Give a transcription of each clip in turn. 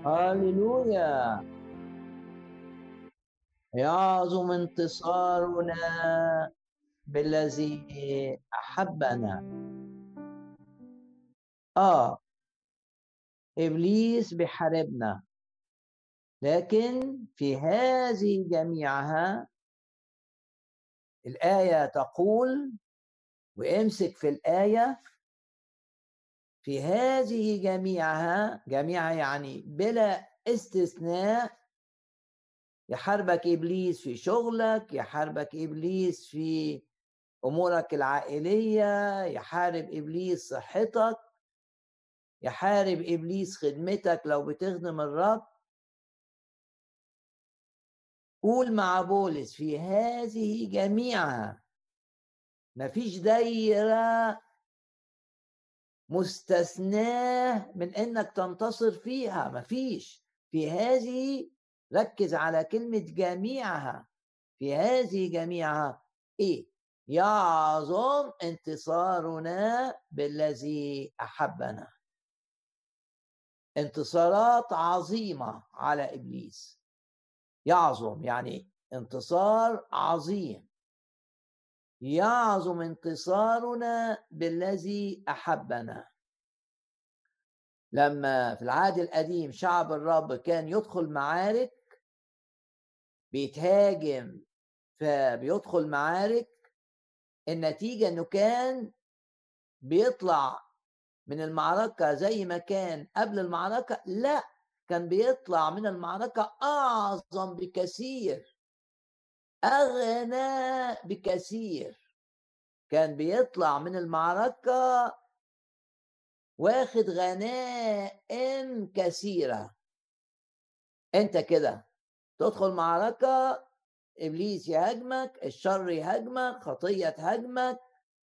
هللويا. يعظم انتصارنا بالذي أحبنا. إبليس بيحاربنا، لكن في هذه جميعها الآية تقول، وامسك في الآية، في هذه جميعها يعني بلا استثناء. يحاربك إبليس في شغلك، يحاربك إبليس في أمورك العائلية، يحارب إبليس صحتك، يحارب إبليس خدمتك لو بتخدم الرب. قول مع بولس في هذه جميعها، مفيش دايرة مستثناه من انك تنتصر فيها، مفيش. في هذه، ركز على كلمة جميعها. في هذه جميعها ايه؟ يعظم انتصارنا بالذي احبنا. انتصارات عظيمة على ابليس. يعظم يعني انتصار عظيم. يعظم انتصارنا بالذي احبنا. لما في العهد القديم شعب الرب كان يدخل معارك، بيتهاجم، فبيدخل معارك، النتيجة انه كان بيطلع من المعركة زي ما كان قبل المعركة؟ لا، كان بيطلع من المعركة أعظم بكثير، أغنى بكثير. كان بيطلع من المعركة واخد غنائم كثيرة. انت كده تدخل معركة، إبليس يهاجمك، الشر يهاجمك، خطية تهاجمك،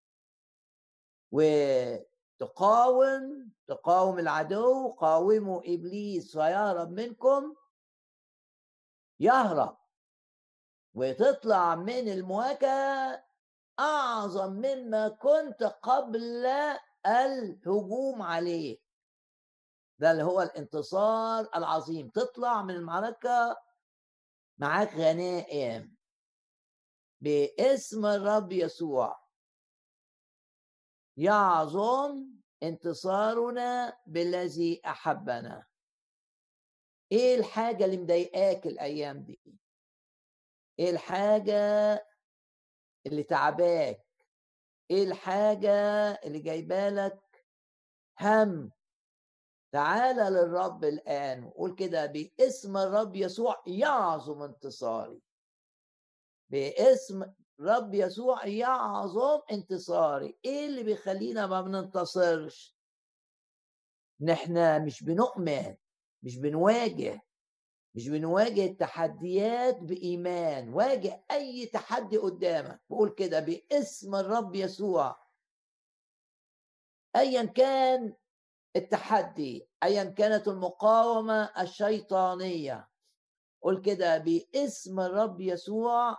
تقاوم العدو. قاوموا إبليس فيهرب منكم. يهرب، وتطلع من المواجهة أعظم مما كنت قبل الهجوم عليه. ده اللي هو الانتصار العظيم. تطلع من المعركة معاك غنائم باسم الرب يسوع. يعظم انتصارنا بالذي احبنا. ايه الحاجه اللي مضايقاك الايام دي؟ ايه الحاجه اللي تعباك؟ ايه الحاجه اللي جايبالك هم؟ تعالى للرب الان وقول كده: باسم الرب يسوع يعظم انتصاري. باسم رب يسوع يعظم انتصاري. ايه اللي بيخلينا ما بننتصرش؟ نحن مش بنؤمن، مش بنواجه. مش بنواجه التحديات بإيمان. واجه أي تحدي قدامك، بقول كده: باسم الرب يسوع. أيا كان التحدي، أيا كانت المقاومة الشيطانية، قول كده: باسم الرب يسوع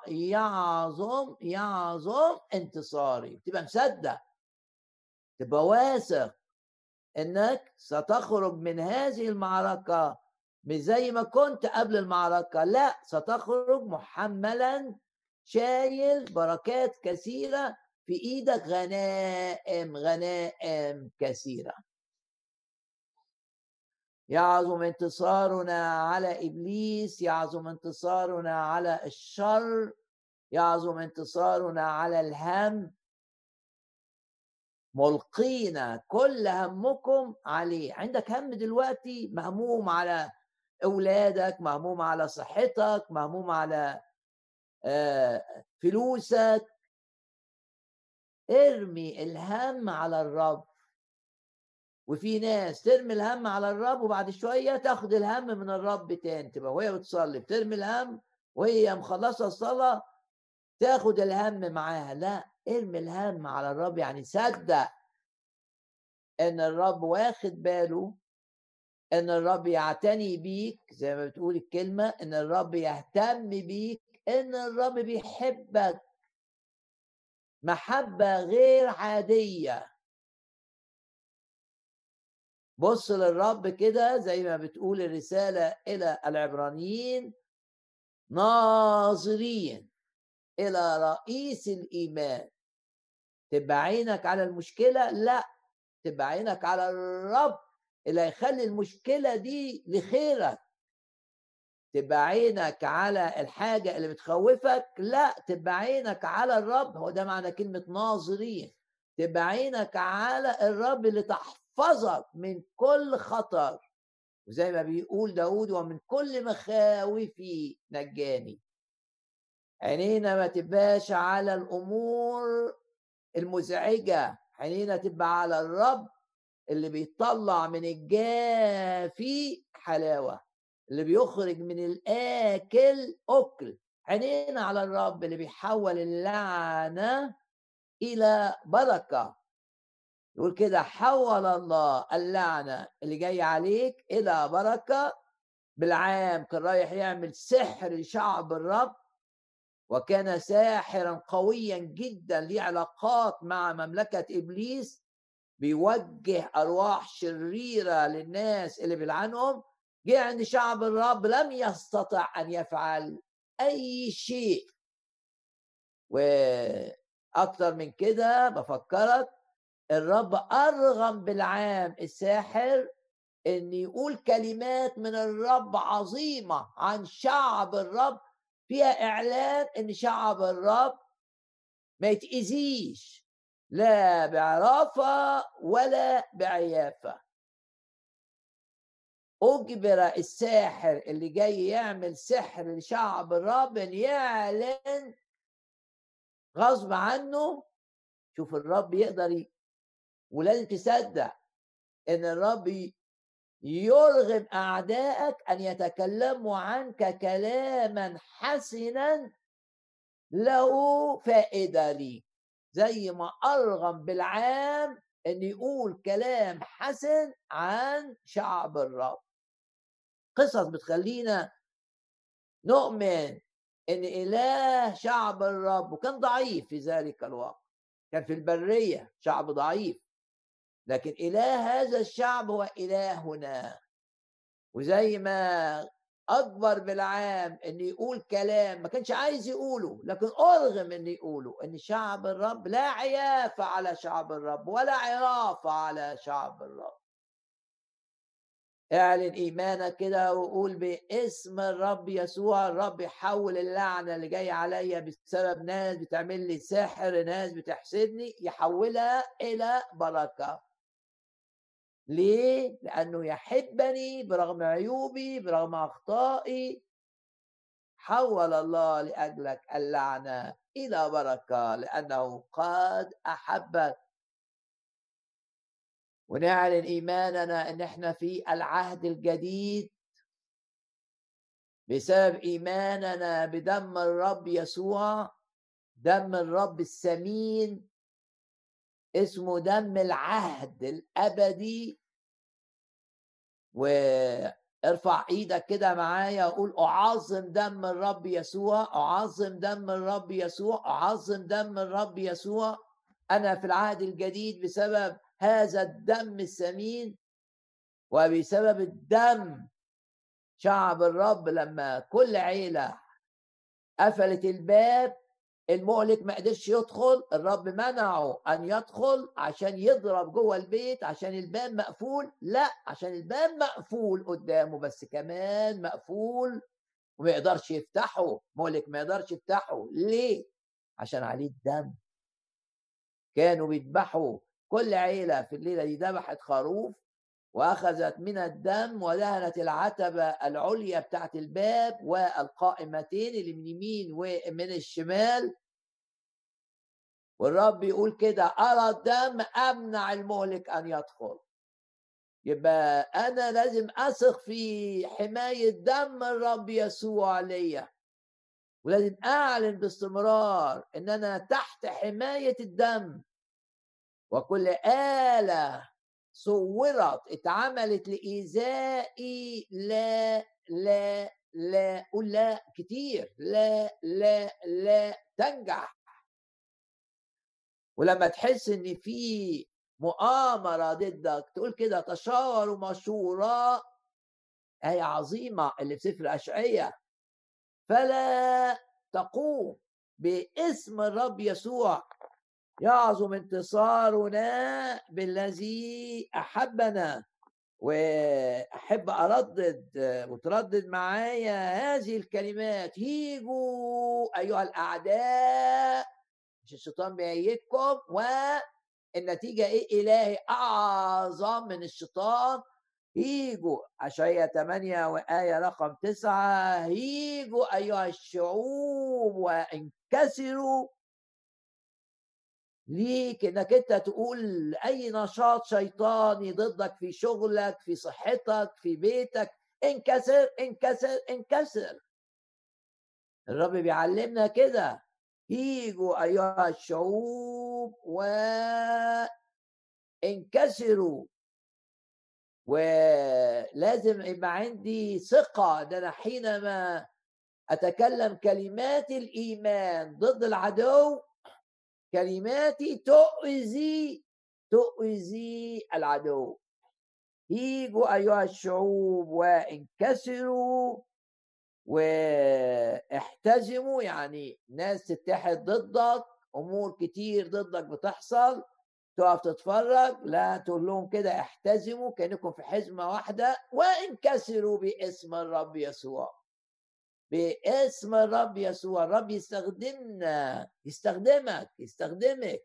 يعظم انتصاري. تبقى مصدق، تبقى واثق انك ستخرج من هذه المعركة مش زي ما كنت قبل المعركة. لا، ستخرج محملا، شايل بركات كثيرة في ايدك، غنائم كثيرة. يعظم انتصارنا على ابليس، يعظم انتصارنا على الشر، يعظم انتصارنا على الهم. ملقين كل همكم عليه. عندك هم دلوقتي، مهموم على اولادك، مهموم على صحتك، مهموم على فلوسك. ارمي الهم على الرب. وفي ناس ترمي الهم على الرب وبعد شويه تاخد الهم من الرب تاني. تبقى وهي بتصلي بترمي الهم، وهي مخلصه الصلاه تاخد الهم معاها. لا، ارمي الهم على الرب. يعني صدق ان الرب واخد باله، ان الرب يعتني بيك زي ما بتقول الكلمة، ان الرب يهتم بيك، ان الرب بيحبك محبة غير عادية. بص للرب كده زي ما بتقول الرسالة إلى العبرانيين، ناظرين إلى رئيس الإيمان. تبقى عينك على المشكلة؟ لا، تبقى عينك على الرب اللي هيخلي المشكلة دي لخيرك. تبقى عينك على الحاجة اللي بتخوفك؟ لا، تبقى عينك على الرب. هو ده معنى كلمة ناظرين. تبقى عينك على الرب اللي تحفظك من كل خطر، وزي ما بيقول داود ومن كل مخاوفي نجاني. عينينا ما تبقاش على الأمور المزعجة، عينينا تبقى على الرب اللي بيطلع من الجافي حلاوة، اللي بيخرج من الآكل أكل. عينينا على الرب اللي بيحول اللعنة إلى بركة. يقول كده: حول الله اللعنة اللي جاي عليك إلى بركة. بالعام كان رايح يعمل سحر لشعب الرب، وكان ساحرا قويا جدا، ليه علاقات مع مملكة إبليس، بيوجه أرواح شريرة للناس اللي بيلعنهم. جه عند شعب الرب لم يستطع أن يفعل أي شيء. وأكتر من كده بفكرك، الرب أرغم بالعام الساحر ان يقول كلمات من الرب عظيمة عن شعب الرب، فيها اعلان ان شعب الرب ما يتأذيش لا بعرافة ولا بعيافة. اجبر الساحر اللي جاي يعمل سحر لشعب الرب ان يعلن غصب عنه. شوف الرب يقدر ولازم تصدق ان الرب يرغم أعدائك أن يتكلموا عنك كلاما حسنا له فائدة لي، زي ما أرغم بالعام أن يقول كلام حسن عن شعب الرب. قصص بتخلينا نؤمن أن إله شعب الرب وكان ضعيف في ذلك الوقت، كان في البرية شعب ضعيف، لكن إله هذا الشعب هو إلهنا. وزي ما اكبر بالعام ان يقول كلام ما كانش عايز يقوله، لكن ارغم ان يقوله، ان شعب الرب لا عيافة على شعب الرب ولا عرافة على شعب الرب. اعلن ايمانك كده وقول باسم الرب يسوع: الرب يحول اللعنة اللي جاية عليا بسبب ناس بتعمل لي سحر، ناس بتحسدني، يحولها الى بركة. ليه؟ لأنه يحبني برغم عيوبي، برغم أخطائي. حول الله لأجلك اللعنة إلى بركة لأنه قد أحبك. ونعلن إيماننا أن احنا في العهد الجديد بسبب إيماننا بدم الرب يسوع، دم الرب الثمين، اسمه دم العهد الأبدي. وارفع ايدك كده معايا وقول: اعظم دم الرب يسوع، اعظم دم الرب يسوع، اعظم دم الرب يسوع. انا في العهد الجديد بسبب هذا الدم الثمين، وبسبب الدم شعب الرب لما كل عيلة قفلت الباب، المهلك ما قدرش يدخل، الرب منعه ان يدخل عشان يضرب جوه البيت عشان الباب مقفول. لا، عشان الباب مقفول قدامه بس كمان مقفول وما يقدرش يفتحه، مهلك ما يقدرش يفتحه. ليه؟ عشان عليه الدم. كانوا بيذبحوا، كل عيلة في الليلة دي ذبحت خروف واخذت من الدم ودهنت العتبة العليا بتاعت الباب والقائمتين اللي من يمين ومن الشمال. والرب يقول كده: أرى الدم أمنع المهلك أن يدخل. يبقى أنا لازم أثق في حماية دم الرب يسوع ليا، ولازم أعلن باستمرار إن أنا تحت حماية الدم. وكل آلة صورت اتعملت لإيذائي لا لا لا، قول لا كتير، لا لا لا تنجح. ولما تحس ان في مؤامرة ضدك. تقول كده تشاوروا مشورة، آية عظيمة اللي في سفر أشعية، فلا تقوم باسم الرب يسوع. يعظم انتصارنا بالذي أحبنا. وأحب أردد وتردد معايا هذه الكلمات: هيجوا أيها الأعداء، مش الشيطان بيأيدكم، والنتيجة إيه؟ إلهي أعظم من الشيطان. هيجوا أشعياء 8 وآية رقم 9: هيجوا أيها الشعوب وانكسروا. ليك انك انت تقول اي نشاط شيطاني ضدك في شغلك، في صحتك، في بيتك: انكسر انكسر انكسر. الرب بيعلمنا كده: هيجوا ايها الشعوب وانكسروا. ولازم يبقى عندي ثقة ان انا حينما اتكلم كلمات الايمان ضد العدو، كلماتي تؤذي العدو. هيجوا أيها الشعوب وانكسروا واحتزموا، يعني ناس تتحد ضدك، أمور كتير ضدك بتحصل، تقف تتفرج، لا تقول لهم كده احتزموا كأنكم في حزمة واحدة، وانكسروا باسم الرب يسوع. باسم الرب يسوع. الرب يستخدمنا، يستخدمك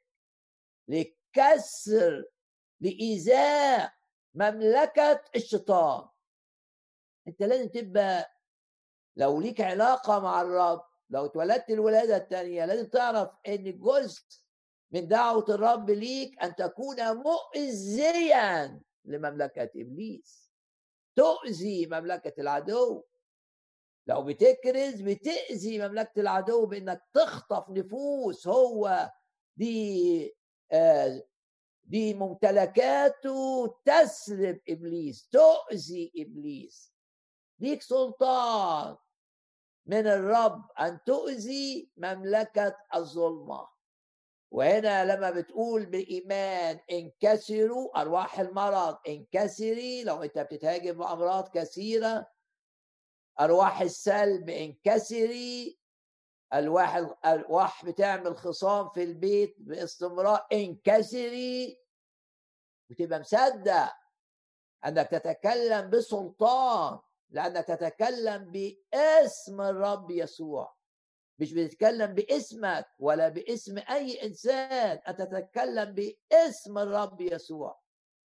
لكسر، لإيذاء مملكة الشيطان. انت لازم تبقى، لو ليك علاقة مع الرب، لو اتولدت الولادة الثانية، لازم تعرف ان جزء من دعوة الرب ليك ان تكون مؤذيا لمملكة ابليس، تؤذي مملكة العدو. لو بتكرز بتأذي مملكة العدو بانك تخطف نفوس. هو دي دي ممتلكاته تسلب ابليس، تؤذي ابليس. ليك سلطان من الرب ان تؤذي مملكه الظلمه. وهنا لما بتقول بالايمان انكسروا، ارواح المرض انكسري، لو انت بتتهاجم بامراض كثيره، ارواح السلب انكسري، الواح بتعمل خصام في البيت باستمرار انكسري. وتبقى مصدق انك تتكلم بسلطان، لانك تتكلم باسم الرب يسوع. مش بتتكلم باسمك ولا باسم اي انسان، انت تتكلم باسم الرب يسوع.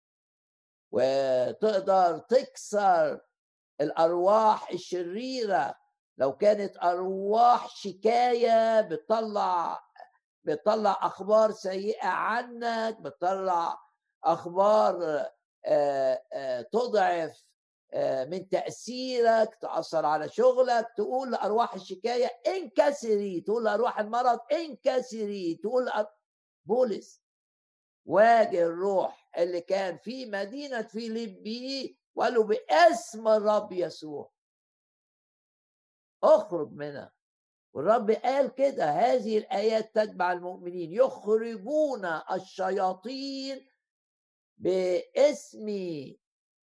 وتقدر تكسر الارواح الشريره. لو كانت ارواح شكايه بتطلع اخبار سيئه عنك، بتطلع اخبار تضعف من تأثيرك، تأثر على شغلك، تقول لأرواح الشكاية انكسري، تقول لأرواح المرض انكسري، تقول بولس واجه الروح اللي كان في مدينة فيليبي وقال له باسم الرب يسوع اخرج منها. والرب قال كده: هذه الآيات تتبع المؤمنين، يخرجون الشياطين باسمي.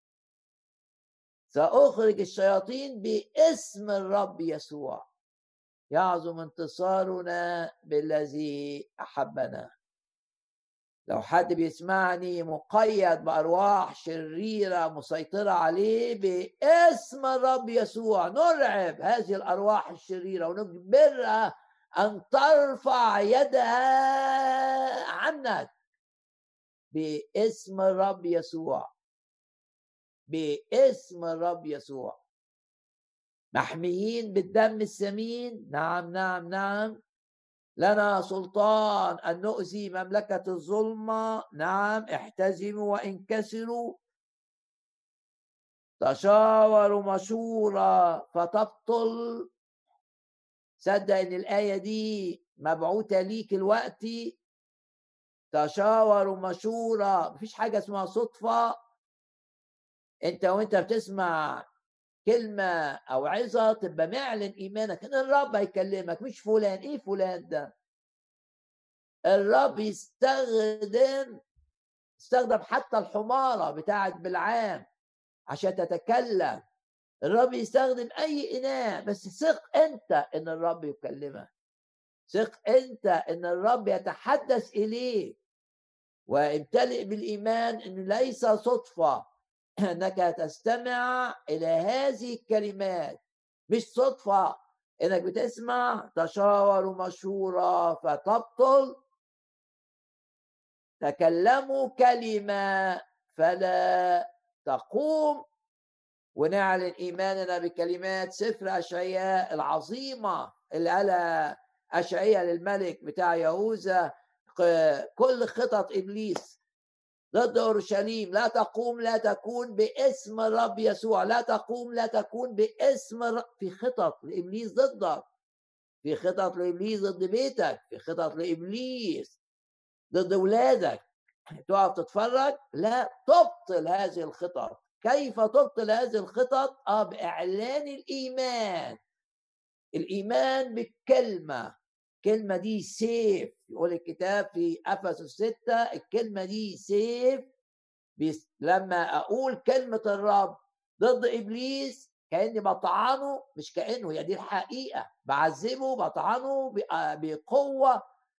سأخرج الشياطين باسم الرب يسوع. يعظم انتصارنا بالذي أحبنا. لو حد بيسمعني مقيد بأرواح شريرة مسيطرة عليه، باسم الرب يسوع نرعب هذه الأرواح الشريرة ونجبرها أن ترفع يدها عنك باسم الرب يسوع. باسم الرب يسوع. محميين بالدم الثمين، نعم نعم نعم. لنا سلطان أن نؤذي مملكة الظلمة، نعم. احتزموا وانكسروا، تشاوروا مشورة فتبطل. صدق ان الآية دي مبعوثة ليك الوقت. تشاوروا مشورة، مفيش حاجة اسمها صدفة. انت وانت بتسمع كلمة او عظة تبقى معلن ايمانك ان الرب هيكلمك، مش فلان. ايه فلان ده؟ الرب يستخدم استخدم حتى الحمارة بتاعت بلعام عشان تتكلم. الرب يستخدم أي إناء، بس ثق أنت إن الرب يكلمك، ثق أنت إن الرب يتحدث إليك، وامتلئ بالإيمان إنه ليس صدفة أنك تستمع إلى هذه الكلمات. مش صدفة إنك بتسمع تشاوروا مشورة فتبطل، تكلموا كلمة فلا تقوم. ونعلن إيماننا بكلمات سفر أشعياء العظيمة اللي قالها أشعياء للملك بتاع يهوذا: كل خطط إبليس ضد أورشليم لا تقوم لا تكون باسم الرب يسوع، لا تقوم لا تكون باسم الرب. في خطط لإبليس ضدك، في خطط لإبليس ضد بيتك، في خطط لإبليس ضد ولادك. تقف تتفرج؟ لا، تبطل هذه الخطط. كيف تبطل هذه الخطط؟ بإعلان الإيمان. الإيمان بالكلمة. الكلمة دي سيف، يقول الكتاب في أفسس 6 الكلمة دي سيف. لما أقول كلمة الرب ضد إبليس كأني بطعنه، مش كأنه، هي دي الحقيقة، بعذبه بطعنه بقوة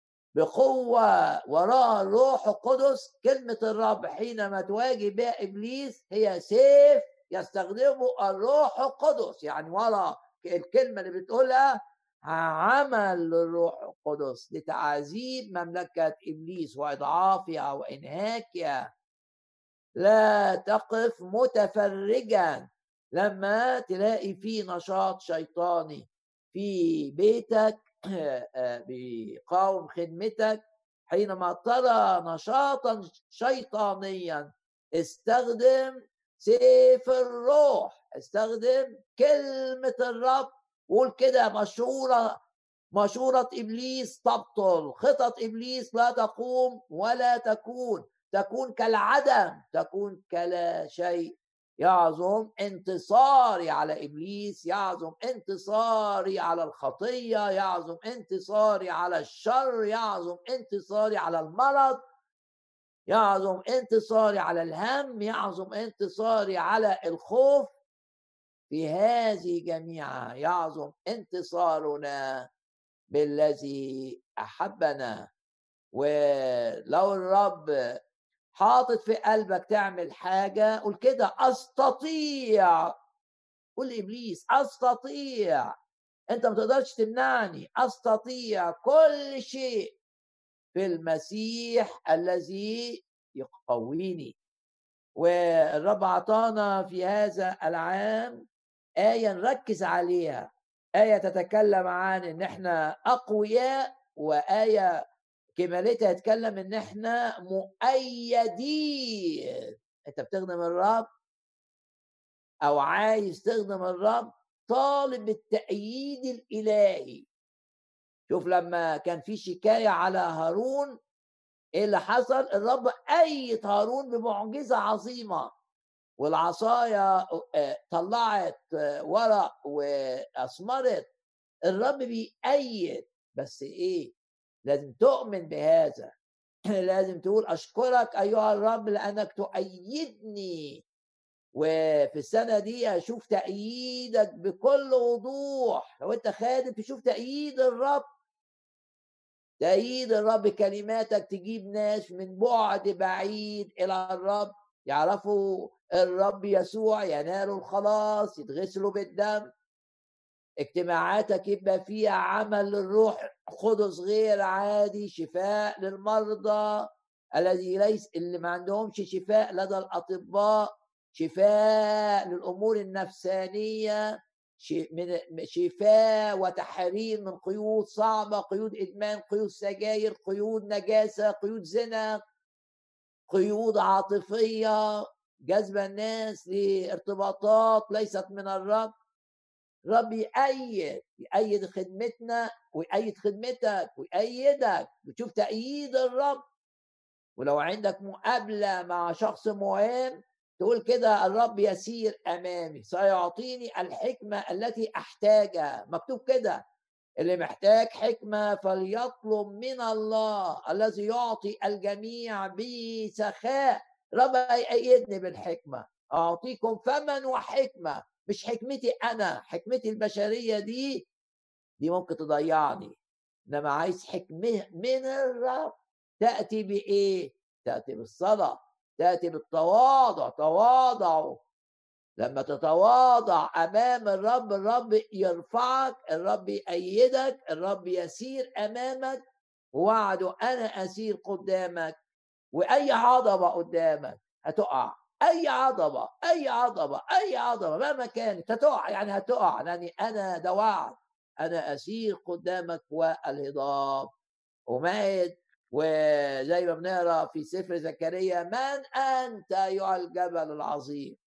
وراء الروح القدس. كلمة الرب حينما تواجه بها إبليس هي سيف يستخدمه الروح القدس، يعني وراء الكلمة اللي بتقولها عمل الروح القدس لتعذيب مملكة إبليس وإضعافها وإنهاكها. لا تقف متفرجا لما تلاقي في نشاط شيطاني في بيتك بيقاوم خدمتك. حينما ترى نشاطا شيطانيا استخدم سيف الروح، استخدم كلمة الرب. قول كده: مشورة إبليس تبطل، خطط إبليس لا تقوم ولا تكون، تكون كالعدم، تكون كلا شيء. يعظم انتصاري على إبليس، يعظم انتصاري على الخطية، يعظم انتصاري على الشر، يعظم انتصاري على المرض، يعظم انتصاري على الهم، يعظم انتصاري على الخوف. في هذه جميعها يعظم انتصارنا بالذي أحبنا. ولو الرب حاطط في قلبك تعمل حاجة، قول كده: أستطيع. قول لإبليس: أستطيع، أنت ما تقدرش تمنعني، أستطيع كل شيء في المسيح الذي يقويني. والرب أعطانا في هذا العام آية نركز عليها، آية تتكلم عن إن إحنا أقوياء، وآية كمالتها يتكلم إن إحنا مؤيدين. أنت بتخدم الرب أو عايز تخدم الرب، طالب التأييد الإلهي. شوف لما كان في شكاية على هارون، إيه اللي حصل؟ الرب أيد هارون بمعجزة عظيمة، والعصاية طلعت ورق وأثمرت. الرب بيأيد، بس إيه؟ لازم تؤمن بهذا. لازم تقول: أشكرك أيها الرب لأنك تؤيدني، وفي السنة دي أشوف تأييدك بكل وضوح. لو أنت خادم تشوف تأييد الرب، تأييد الرب. كلماتك تجيب ناس من بعد بعيد إلى الرب، يعرفوا الرب يسوع، ينالوا الخلاص، يتغسلوا بالدم. اجتماعاتك يبقى فيها عمل للروح القدس غير عادي، شفاء للمرضى اللي ما عندهمش شفاء لدى الأطباء، شفاء للأمور النفسانية، شفاء وتحرير من قيود صعبة، قيود إدمان، قيود سجاير، قيود نجاسة، قيود زنا، قيود عاطفية، جذب الناس لارتباطات ليست من الرب. رب يأيد خدمتنا ويأيد خدمتك ويأيدك، وتشوف تأييد الرب. ولو عندك مقابلة مع شخص مهم تقول كده: الرب يسير أمامي، سيعطيني الحكمة التي أحتاجها. مكتوب كده: اللي محتاج حكمة فليطلب من الله الذي يعطي الجميع بسخاء. رب يأيدني بالحكمة، أعطيكم فما وحكمة، مش حكمتي أنا، حكمتي البشرية دي ممكن تضيعني، إنما عايز حكمة من الرب. تأتي بإيه؟ تأتي بالصلاة، تأتي بالتواضع. تواضعوا، لما تتواضع أمام الرب، الرب يرفعك، الرب يأيدك، الرب يسير أمامك. ووعده أنا أسير قدامك، وأي عضبة قدامك هتقع. أي عضبة، أي عضبة، أي عضبة مهما كانت هتقع، يعني هتقع، يعني أنا ده وعد. أنا أسير قدامك والهضاب ومائد. وزي ما بنقرا في سفر زكريا: من أنت أيها الجبل العظيم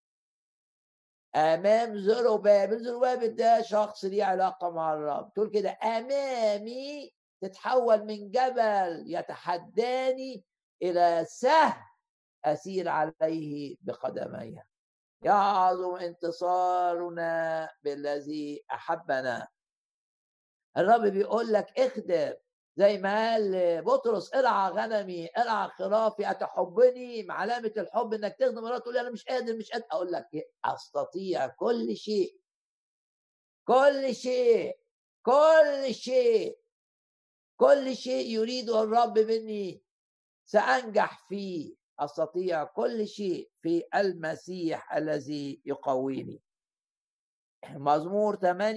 امام زروبابل. زروبابل ده شخص ليه علاقه مع الرب. تقول كده: امامي، تتحول من جبل يتحداني الى سهل اسير عليه بقدمي. يعظم انتصارنا بالذي احبنا. الرب بيقول لك اخدم، زي ما قال بطرس: ارعى غنمي، ارعى خرافي، اتحبني. علامه الحب انك تخدم الرب. تقول لي انا مش قادر، مش قادر. اقول لك استطيع كل شيء، كل شيء، كل شيء، كل شيء يريده الرب مني سأنجح فيه. أستطيع كل شيء في المسيح الذي يقويني. مزمور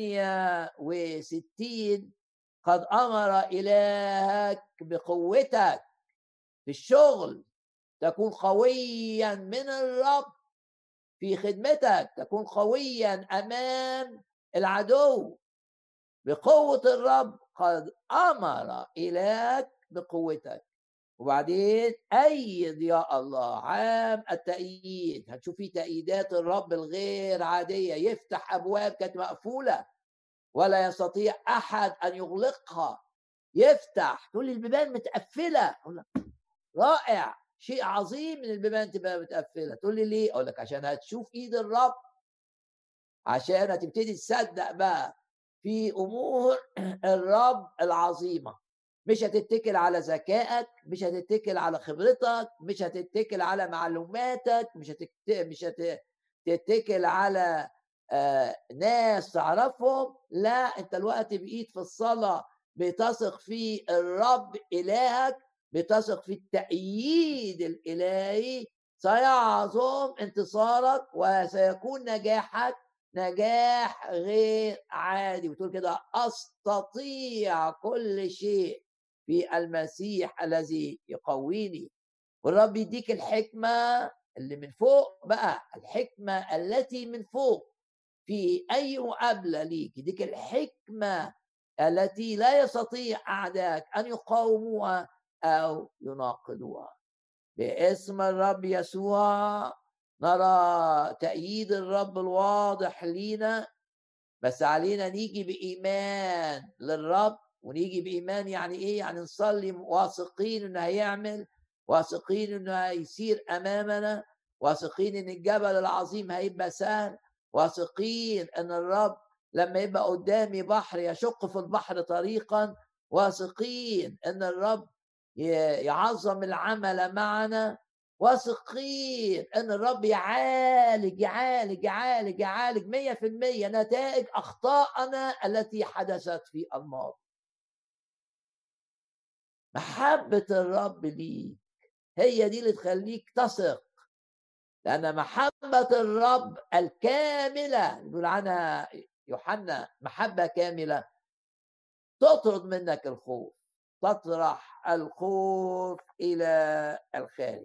68: قد أمر إلهك بقوتك. في الشغل تكون قويا من الرب، في خدمتك تكون قويا أمام العدو بقوة الرب. قد أمر إلهك بقوتك. وبعدين أيد يا الله، عام التأييد. هتشوف فيه تأييدات الرب الغير عادية. يفتح أبواب كانت مقفولة ولا يستطيع أحد أن يغلقها. يفتح. تقول لي البيبان متقفلة، أقول لك رائع، شيء عظيم ان البيبان تبقى متقفلة. تقول لي ليه؟ أقول لك عشان هتشوف إيد الرب، عشان هتبتدي تصدق بقى في امور الرب العظيمه. مش هتتكل على ذكائك، مش هتتكل على خبرتك، مش هتتكل على معلوماتك، مش هتتكل على ناس تعرفهم. لا، انت الوقت بقيت في الصلاه بتثق في الرب الهك، بتثق في التأييد الالهي. سيعظم انتصارك وسيكون نجاحك نجاح غير عادي. وتقول كده: أستطيع كل شيء في المسيح الذي يقويني. والرب يديك الحكمة اللي من فوق بقى، الحكمة التي من فوق في أي مقابلة ليك. يديك الحكمة التي لا يستطيع أعداءك أن يقاوموها أو يناقضوها. باسم الرب يسوع نرى تأييد الرب الواضح لينا. بس علينا نيجي بإيمان للرب. ونيجي بإيمان يعني إيه؟ يعني نصلي واثقين إنه هيعمل، واثقين إنه هيسير أمامنا، واثقين إن الجبل العظيم هيبقى سهل، واثقين إن الرب لما يبقى قدامي بحر يشق في البحر طريقا، واثقين إن الرب يعظم العمل معنا، واثقين ان الرب يعالج يعالج يعالج يعالج 100% نتائج اخطائنا التي حدثت في الماضي. محبة الرب ليك هي دي اللي تخليك تثق، لأن محبة الرب الكاملة يقول عنها يوحنا محبة كاملة تطرد منك الخوف، تطرح الخوف إلى الخارج.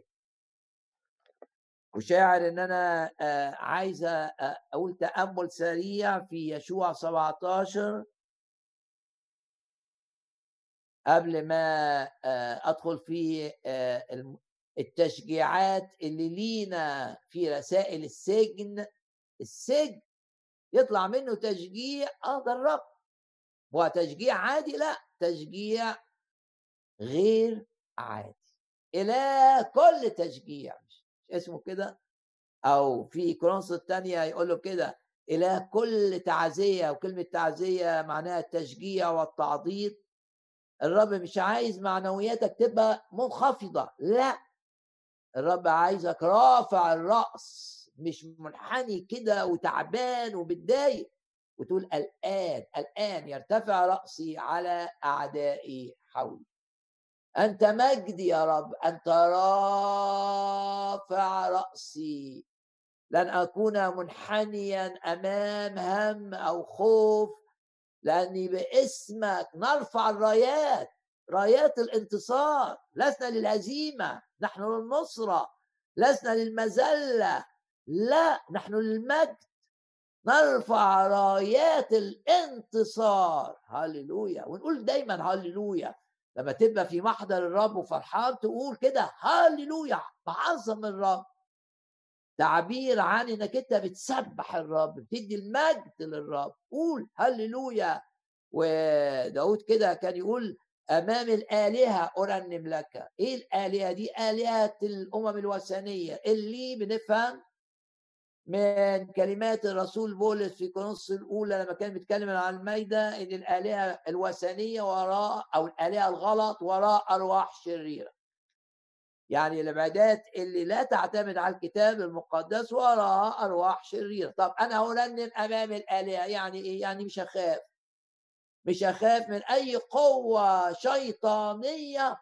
وشاعر ان انا عايزه اقول تامل سريع في يشوع 17 قبل ما ادخل في التشجيعات اللي لينا في رسائل السجن. السجن يطلع منه تشجيع ده الرب. هو تشجيع عادي؟ لا، تشجيع غير عادي الى كل تشجيع. مش اسمه كده؟ او في كورنثوس الثانيه يقول له كده: إله كل تعزية، وكلمة تعزية معناها التشجيع والتعضيد. الرب مش عايز معنوياتك تبقى منخفضة، لا، الرب عايزك رافع الرأس، مش منحني كده وتعبان وبتضايق وتقول الآن يرتفع رأسي على أعدائي حولي. أنت مجدي يا رب، أنت رافع رأسي، لن أكون منحنيا أمام هم أو خوف، لأني باسمك نرفع الرايات، رايات الانتصار. لسنا للهزيمة، نحن للنصرة. لسنا للمذلة، لا، نحن للمجد. نرفع رايات الانتصار. هللويا. ونقول دايما هللويا. لما تبقى في محضر الرب وفرحان تقول كده هللويا، بعظم الرب، تعبير عن انك انت بتسبح الرب، بتدي المجد للرب. قول هللويا. وداود كده كان يقول امام الالهه ارنم لك. ايه الالهه دي؟ الهه الامم الوثنيه، اللي بنفهم من كلمات الرسول بولس في كورنثوس الاولى لما كان بيتكلم عن المائده ان الالهه الوثنيه وراء، او الالهه الغلط وراء ارواح شريره. يعني العبادات اللي لا تعتمد على الكتاب المقدس وراء ارواح شريره. طب انا ارنم امام الالهه يعني ايه؟ يعني مش هخاف من اي قوه شيطانيه،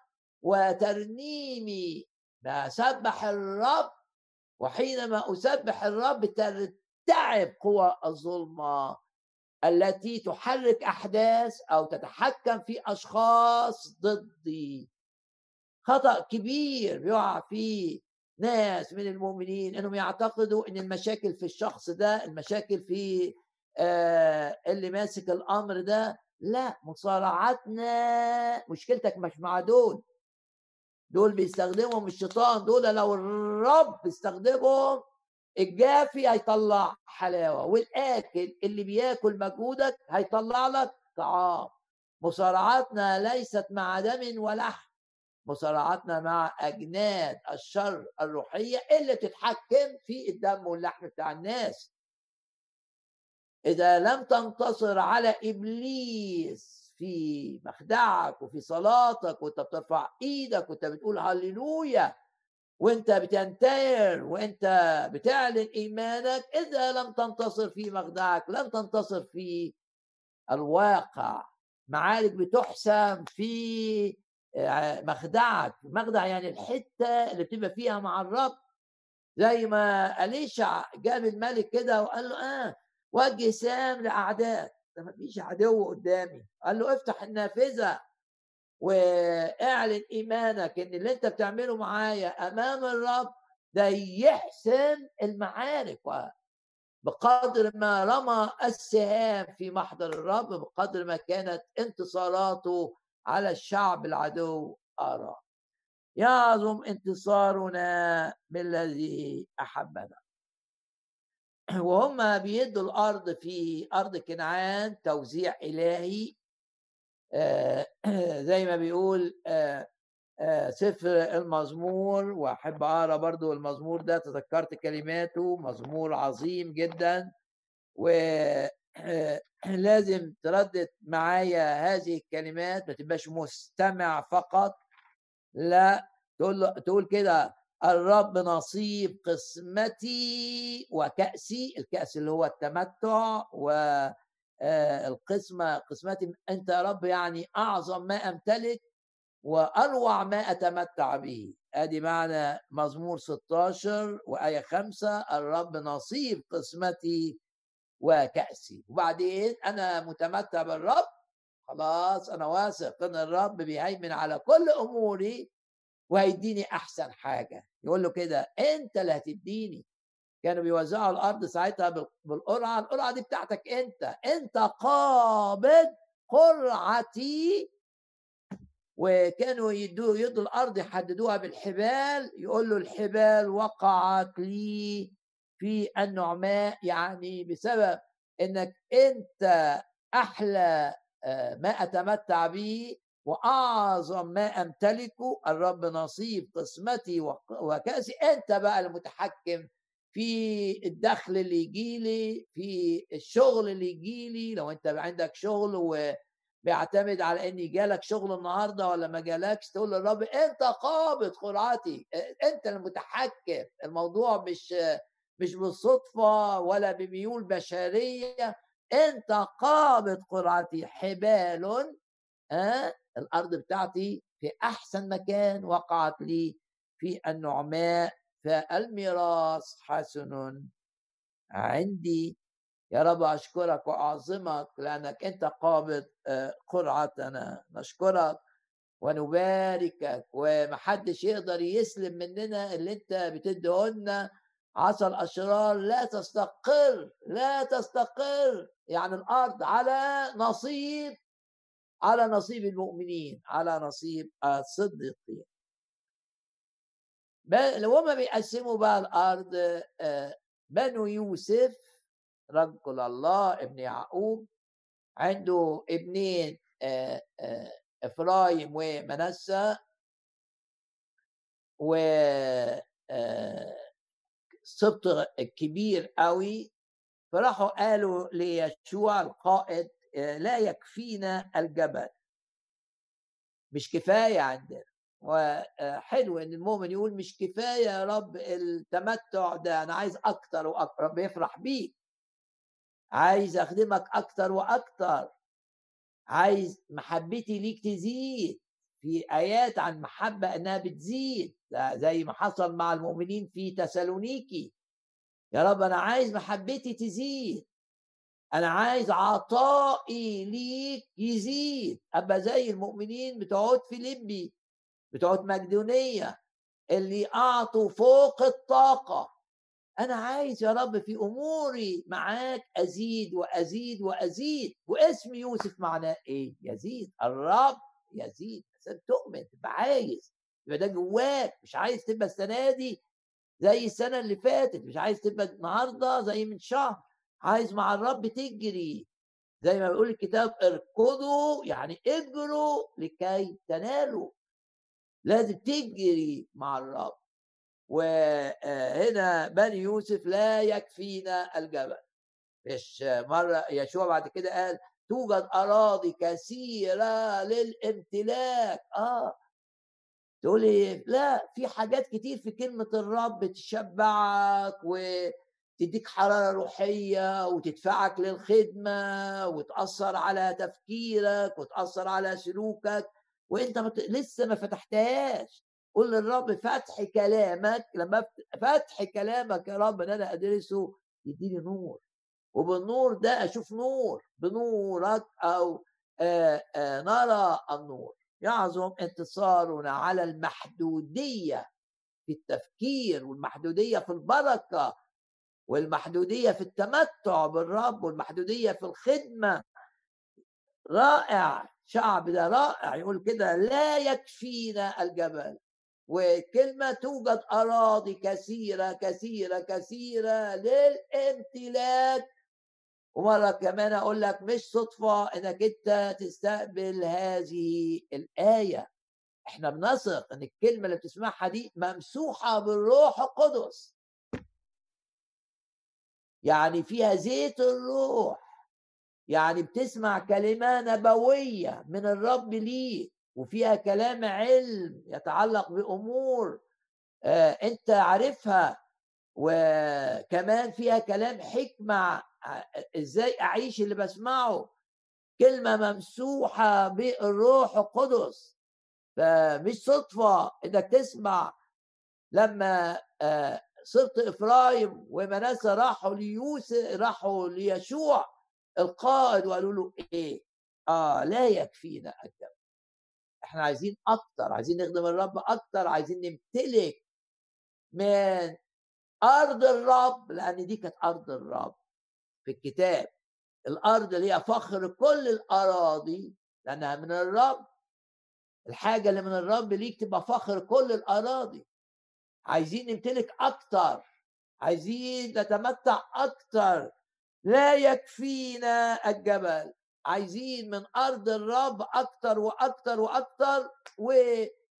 وترنيمي بسبح الرب. وحينما اسبح الرب ترتعب قوى الظلمه التي تحرك احداث او تتحكم في اشخاص ضدي. خطأ كبير بيقع فيه ناس من المؤمنين انهم يعتقدوا ان المشاكل في الشخص ده، المشاكل في اللي ماسك الامر ده. لا، مصارعتنا مشكلتك مش مع دول بيستخدمهم الشيطان. دول لو الرب استخدمهم الجافي هيطلع حلاوة، والآكل اللي بياكل مجهودك هيطلع لك طعام. مصارعتنا ليست مع دم ولحم، مصارعتنا مع أجناد الشر الروحية اللي تتحكم في الدم واللحم بتاع الناس. إذا لم تنتصر على إبليس في مخدعك وفي صلاتك وانت بترفع ايدك وانت بتقول هللويا وانت بتنتهر وانت بتعلن ايمانك، اذا لم تنتصر في مخدعك لن تنتصر في الواقع. معارك بتحسم في مخدعك. مخدع يعني الحته اللي بتبقى فيها مع الرب. زي ما أليشع جاب الملك كده وقال له وجه سام لاعدائك، ده مفيش عدو قدامي. قال له افتح النافذه واعلن ايمانك ان اللي انت بتعمله معايا امام الرب ده يحسم المعارك. بقدر ما رمى السهام في محضر الرب بقدر ما كانت انتصاراته على الشعب العدو أرى. يعظم انتصارنا بالذي أحبنا. وهم بيدوا الأرض في أرض كنعان توزيع إلهي، زي ما بيقول سفر المزمور. وأحب أقرأ برضو المزمور ده، تذكرت كلماته، مزمور عظيم جدا. ولازم تردد معايا هذه الكلمات، ما تبقاش مستمع فقط، لا، تقول كده الرب نصيب قسمتي وكأسي. الكأس اللي هو التمتع، والقسمة قسمتي انت يا رب، يعني اعظم ما امتلك واروع ما اتمتع به. ادي معنى مزمور 16 وآية 5: الرب نصيب قسمتي وكأسي. وبعدين انا متمتع بالرب، خلاص انا واثق ان الرب بيهيمن على كل اموري وهيديني احسن حاجه. يقول له كده انت اللي هتديني. كانوا بيوزعوا الارض ساعتها بالقرعه، القرعه دي بتاعتك انت قابض قرعتي. وكانوا يدوا الارض يحددوها بالحبال. يقول له الحبال وقعت لي في النعماء، يعني بسبب انك انت احلى ما اتمتع به واعظم ما امتلكه. الرب نصيب قسمتي وكأسي. انت بقى المتحكم في الدخل اللي يجي لي، في الشغل اللي يجي لي. لو انت عندك شغل وبيعتمد على ان جالك شغل النهارده ولا ما جالكش، تقول للرب انت قابض قرعتي، انت المتحكم. الموضوع مش بالصدفه ولا بميول بشريه، انت قابض قرعتي. حبال الارض بتاعتي في احسن مكان وقعت لي في النعماء، فالميراث حسن عندي. يا رب أشكرك وأعظمك لأنك أنت قابض قرعتنا. نشكرك ونباركك، ومحدش يقدر يسلم مننا اللي أنت بتديهولنا. عصا الأشرار لا تستقر، لا تستقر. يعني الأرض على نصيب المؤمنين، على نصيب الصديقين. وما بيقسموا بقى الارض، بنو يوسف رجل الله ابن يعقوب عنده ابنين، افرايم ومنسى، و سبط كبير قوي. فراحوا قالوا ليشوع القائد لا يكفينا الجبل، مش كفايه عندنا. وحلو ان المؤمن يقول مش كفايه يا رب التمتع ده، انا عايز اكتر واكتر. رب يفرح بيك، عايز اخدمك اكتر واكتر، عايز محبتي ليك تزيد. في ايات عن محبه انها بتزيد، زي ما حصل مع المؤمنين في تسالونيكي. يا رب انا عايز محبتي تزيد، انا عايز عطائي ليك يزيد، ابقى زي المؤمنين بتوع فيليبي، بتوع مقدونية، اللي أعطوا فوق الطاقة. أنا عايز يا رب في أموري معاك أزيد وأزيد وأزيد. واسم يوسف معناه إيه؟ يزيد. الرب يزيد. عشان تؤمن تبقى عايز، يبقى ده جواك. مش عايز تبقى السنة دي زي السنة اللي فاتت، مش عايز تبقى النهاردة زي من شهر. عايز مع الرب تجري، زي ما بيقول الكتاب اركضوا، يعني اجروا لكي تنالوا. لازم تجري مع الرب. وهنا بني يوسف لا يكفينا الجبل. مش مرة يشوع بعد كده قال توجد أراضي كثيرة للامتلاك. تقولي لا، في حاجات كتير في كلمة الرب تشبعك وتديك حرارة روحية وتدفعك للخدمة وتأثر على تفكيرك وتأثر على سلوكك، وانت لسه ما فتحتهاش. قول للرب فتح كلامك، لما فتح كلامك يا رب ان انا ادرسه يديني نور، وبالنور ده اشوف نور، بنورك او نرى النور. يعظم انتصارنا على المحدودية في التفكير، والمحدودية في البركة، والمحدودية في التمتع بالرب، والمحدودية في الخدمة. رائع شعب ده، رائع. يقول كده لا يكفينا الجبل. وكلمة توجد أراضي كثيرة كثيرة كثيرة للامتلاك. ومرة كمان أقول لك مش صدفة إنك أنت تستقبل هذه الآية. احنا بنثق ان الكلمه اللي بتسمعها دي ممسوحه بالروح القدس، يعني فيها زيت الروح، يعني بتسمع كلمه نبويه من الرب ليك، وفيها كلام علم يتعلق بامور انت عارفها، وكمان فيها كلام حكمه ازاي اعيش اللي بسمعه. كلمه ممسوحه بالروح القدس. فمش صدفه انك تسمع لما صرت افرايم ومناسى راحوا ليشوع القائد وقالوا له ايه؟ لا يكفينا الجبل. احنا عايزين اكتر، عايزين نخدم الرب اكتر، عايزين نمتلك من ارض الرب، لان دي كانت ارض الرب في الكتاب. الارض اللي هي فخر كل الاراضي لانها من الرب. الحاجه اللي من الرب ليك تبقى فخر كل الاراضي. عايزين نمتلك اكتر، عايزين نتمتع اكتر. لا يكفينا الجبل، عايزين من ارض الرب اكتر واكتر واكتر.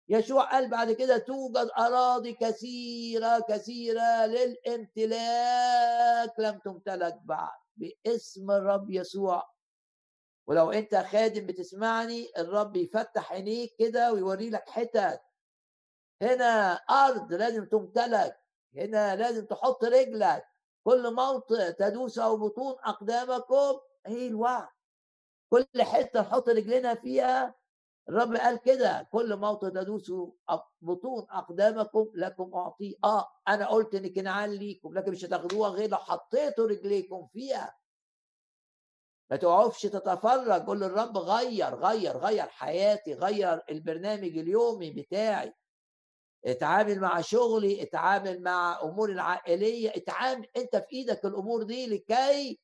يشوع قال بعد كده توجد أراضي كثيرة كثيرة للامتلاك لم تمتلك بعد باسم الرب يسوع. ولو انت خادم بتسمعني، الرب يفتح عينيك كده ويوري لك حتت. هنا أرض لازم تمتلك، هنا لازم تحط رجلك، كل موطئ تدوسه بطون أقدامكم هي الوعد. كل حتة نحط رجلنا فيها، الرب قال كده كل موطئ تدوسوا بطون أقدامكم لكم أعطيه. أنا قلت إن كنعان ليكم، لكن مش هتاخدوها غير لو حطيتوا رجليكم فيها. ما تقعدش تتفرج، قول للرب غير حياتي، غير البرنامج اليومي بتاعي، اتعامل مع شغلي، اتعامل مع امور العائليه، اتعامل انت في ايدك الامور دي لكي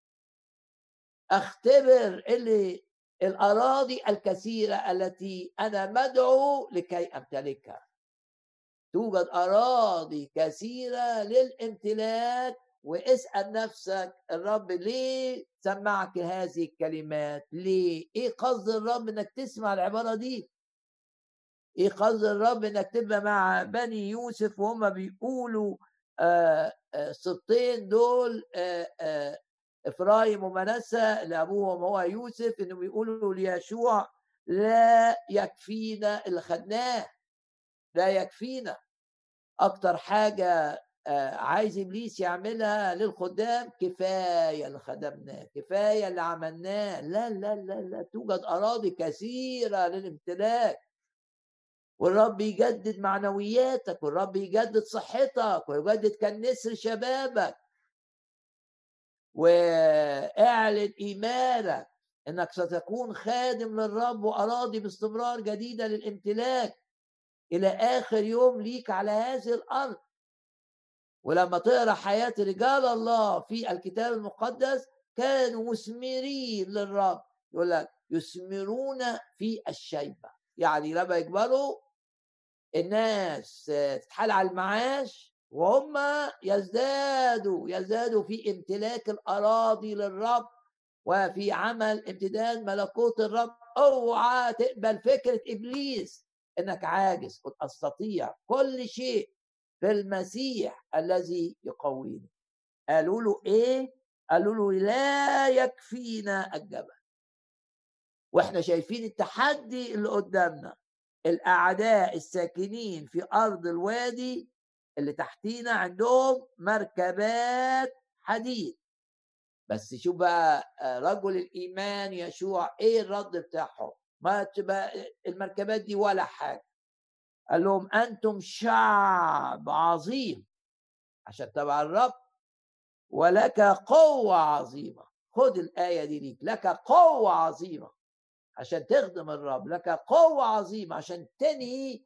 اختبر الاراضي الكثيره التي انا مدعو لكي امتلكها. توجد اراضي كثيره للامتلاك. واسال نفسك الرب ليه سمعك هذه الكلمات؟ ليه؟ ايه قصد الرب انك تسمع العباره دي؟ ايه قصد الرب انك تبقى مع بني يوسف وهم بيقولوا السبطين دول افرايم ومنسى لابوهم هو يوسف، انهم بيقولوا ليشوع لا يكفينا اللي خدناه، لا يكفينا. اكتر حاجه عايز ابليس يعملها للخدام، كفايه اللي خدمناه، كفايه اللي عملناه. لا لا لا لا، توجد اراضي كثيره للامتلاك، والرب يجدد معنوياتك، والرب يجدد صحتك، ويجدد كالنسر شبابك. واعلن ايمانك انك ستكون خادم للرب، واراضي باستمرار جديده للامتلاك الى اخر يوم ليك على هذه الارض. ولما تقرا حياه رجال الله في الكتاب المقدس، كانوا مثمرين للرب. يقول لك يثمرون في الشيبه، يعني لما يكبروا الناس تتحال على المعاش وهم يزدادوا في امتلاك الأراضي للرب وفي عمل امتداد ملكوت الرب. اوعى تقبل فكرة إبليس إنك عاجز. قل أستطيع كل شيء في المسيح الذي يقويني. قالوا له إيه؟ قالوا له لا يكفينا الجبل. واحنا شايفين التحدي اللي قدامنا، الأعداء الساكنين في أرض الوادي اللي تحتينا عندهم مركبات حديد. بس شوف بقى رجل الإيمان يشوع إيه الرد بتاعهم؟ ما تبقى المركبات دي ولا حاجة. قال لهم أنتم شعب عظيم عشان تبع الرب، ولك قوة عظيمة. خد الآية دي ليك، لك قوة عظيمة عشان تخدم الرب، لك قوة عظيمة عشان تنهي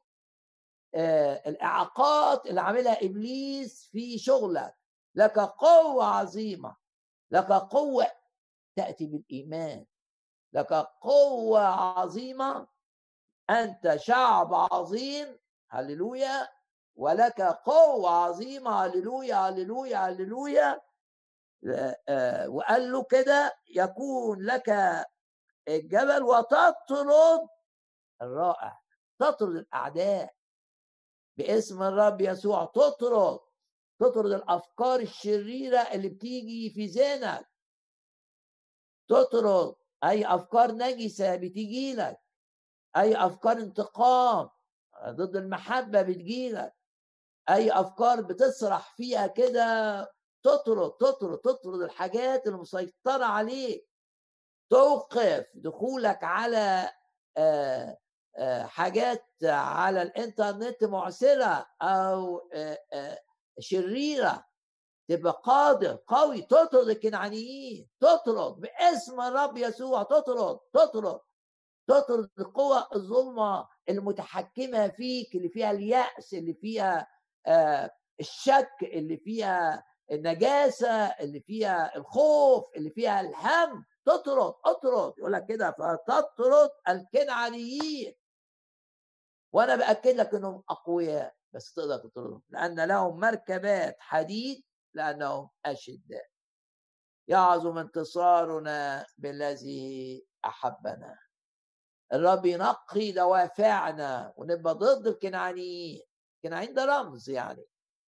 الإعاقات اللي عاملها إبليس في شغلك. لك قوة عظيمة، لك قوة تأتي بالإيمان، لك قوة عظيمة، أنت شعب عظيم، هللويا، ولك قوة عظيمة، هللويا هللويا هللويا. وقال له كده يكون لك الجبل وتطرد الرائع، تطرد الأعداء باسم الرب يسوع. تطرد الافكار الشريره اللي بتيجي في ذهنك، تطرد اي افكار نجسه بتيجي لك، اي افكار انتقام ضد المحبه بتجي لك، اي افكار بتسرح فيها كده. تطرد الحاجات المسيطره عليك، توقف دخولك على حاجات على الانترنت معسرة او شريرة. تبقى قادر قوي تطرد الكنعانيين، تطرد باسم الرب يسوع، تطرد القوى الظلمة المتحكمة فيك، اللي فيها اليأس، اللي فيها الشك، اللي فيها النجاسة، اللي فيها الخوف، اللي فيها الهم. اطرد يقول لك كده، فتطرد الكنعانيين. وانا باكد لك انهم اقوياء، بس تقدر تطردهم لان لهم مركبات حديد، لانهم اشداء. يعظم انتصارنا بالذي احبنا. الرب ينقي دوافعنا ونبقى ضد الكنعانيين. الكنعانيين ده رمز يعني،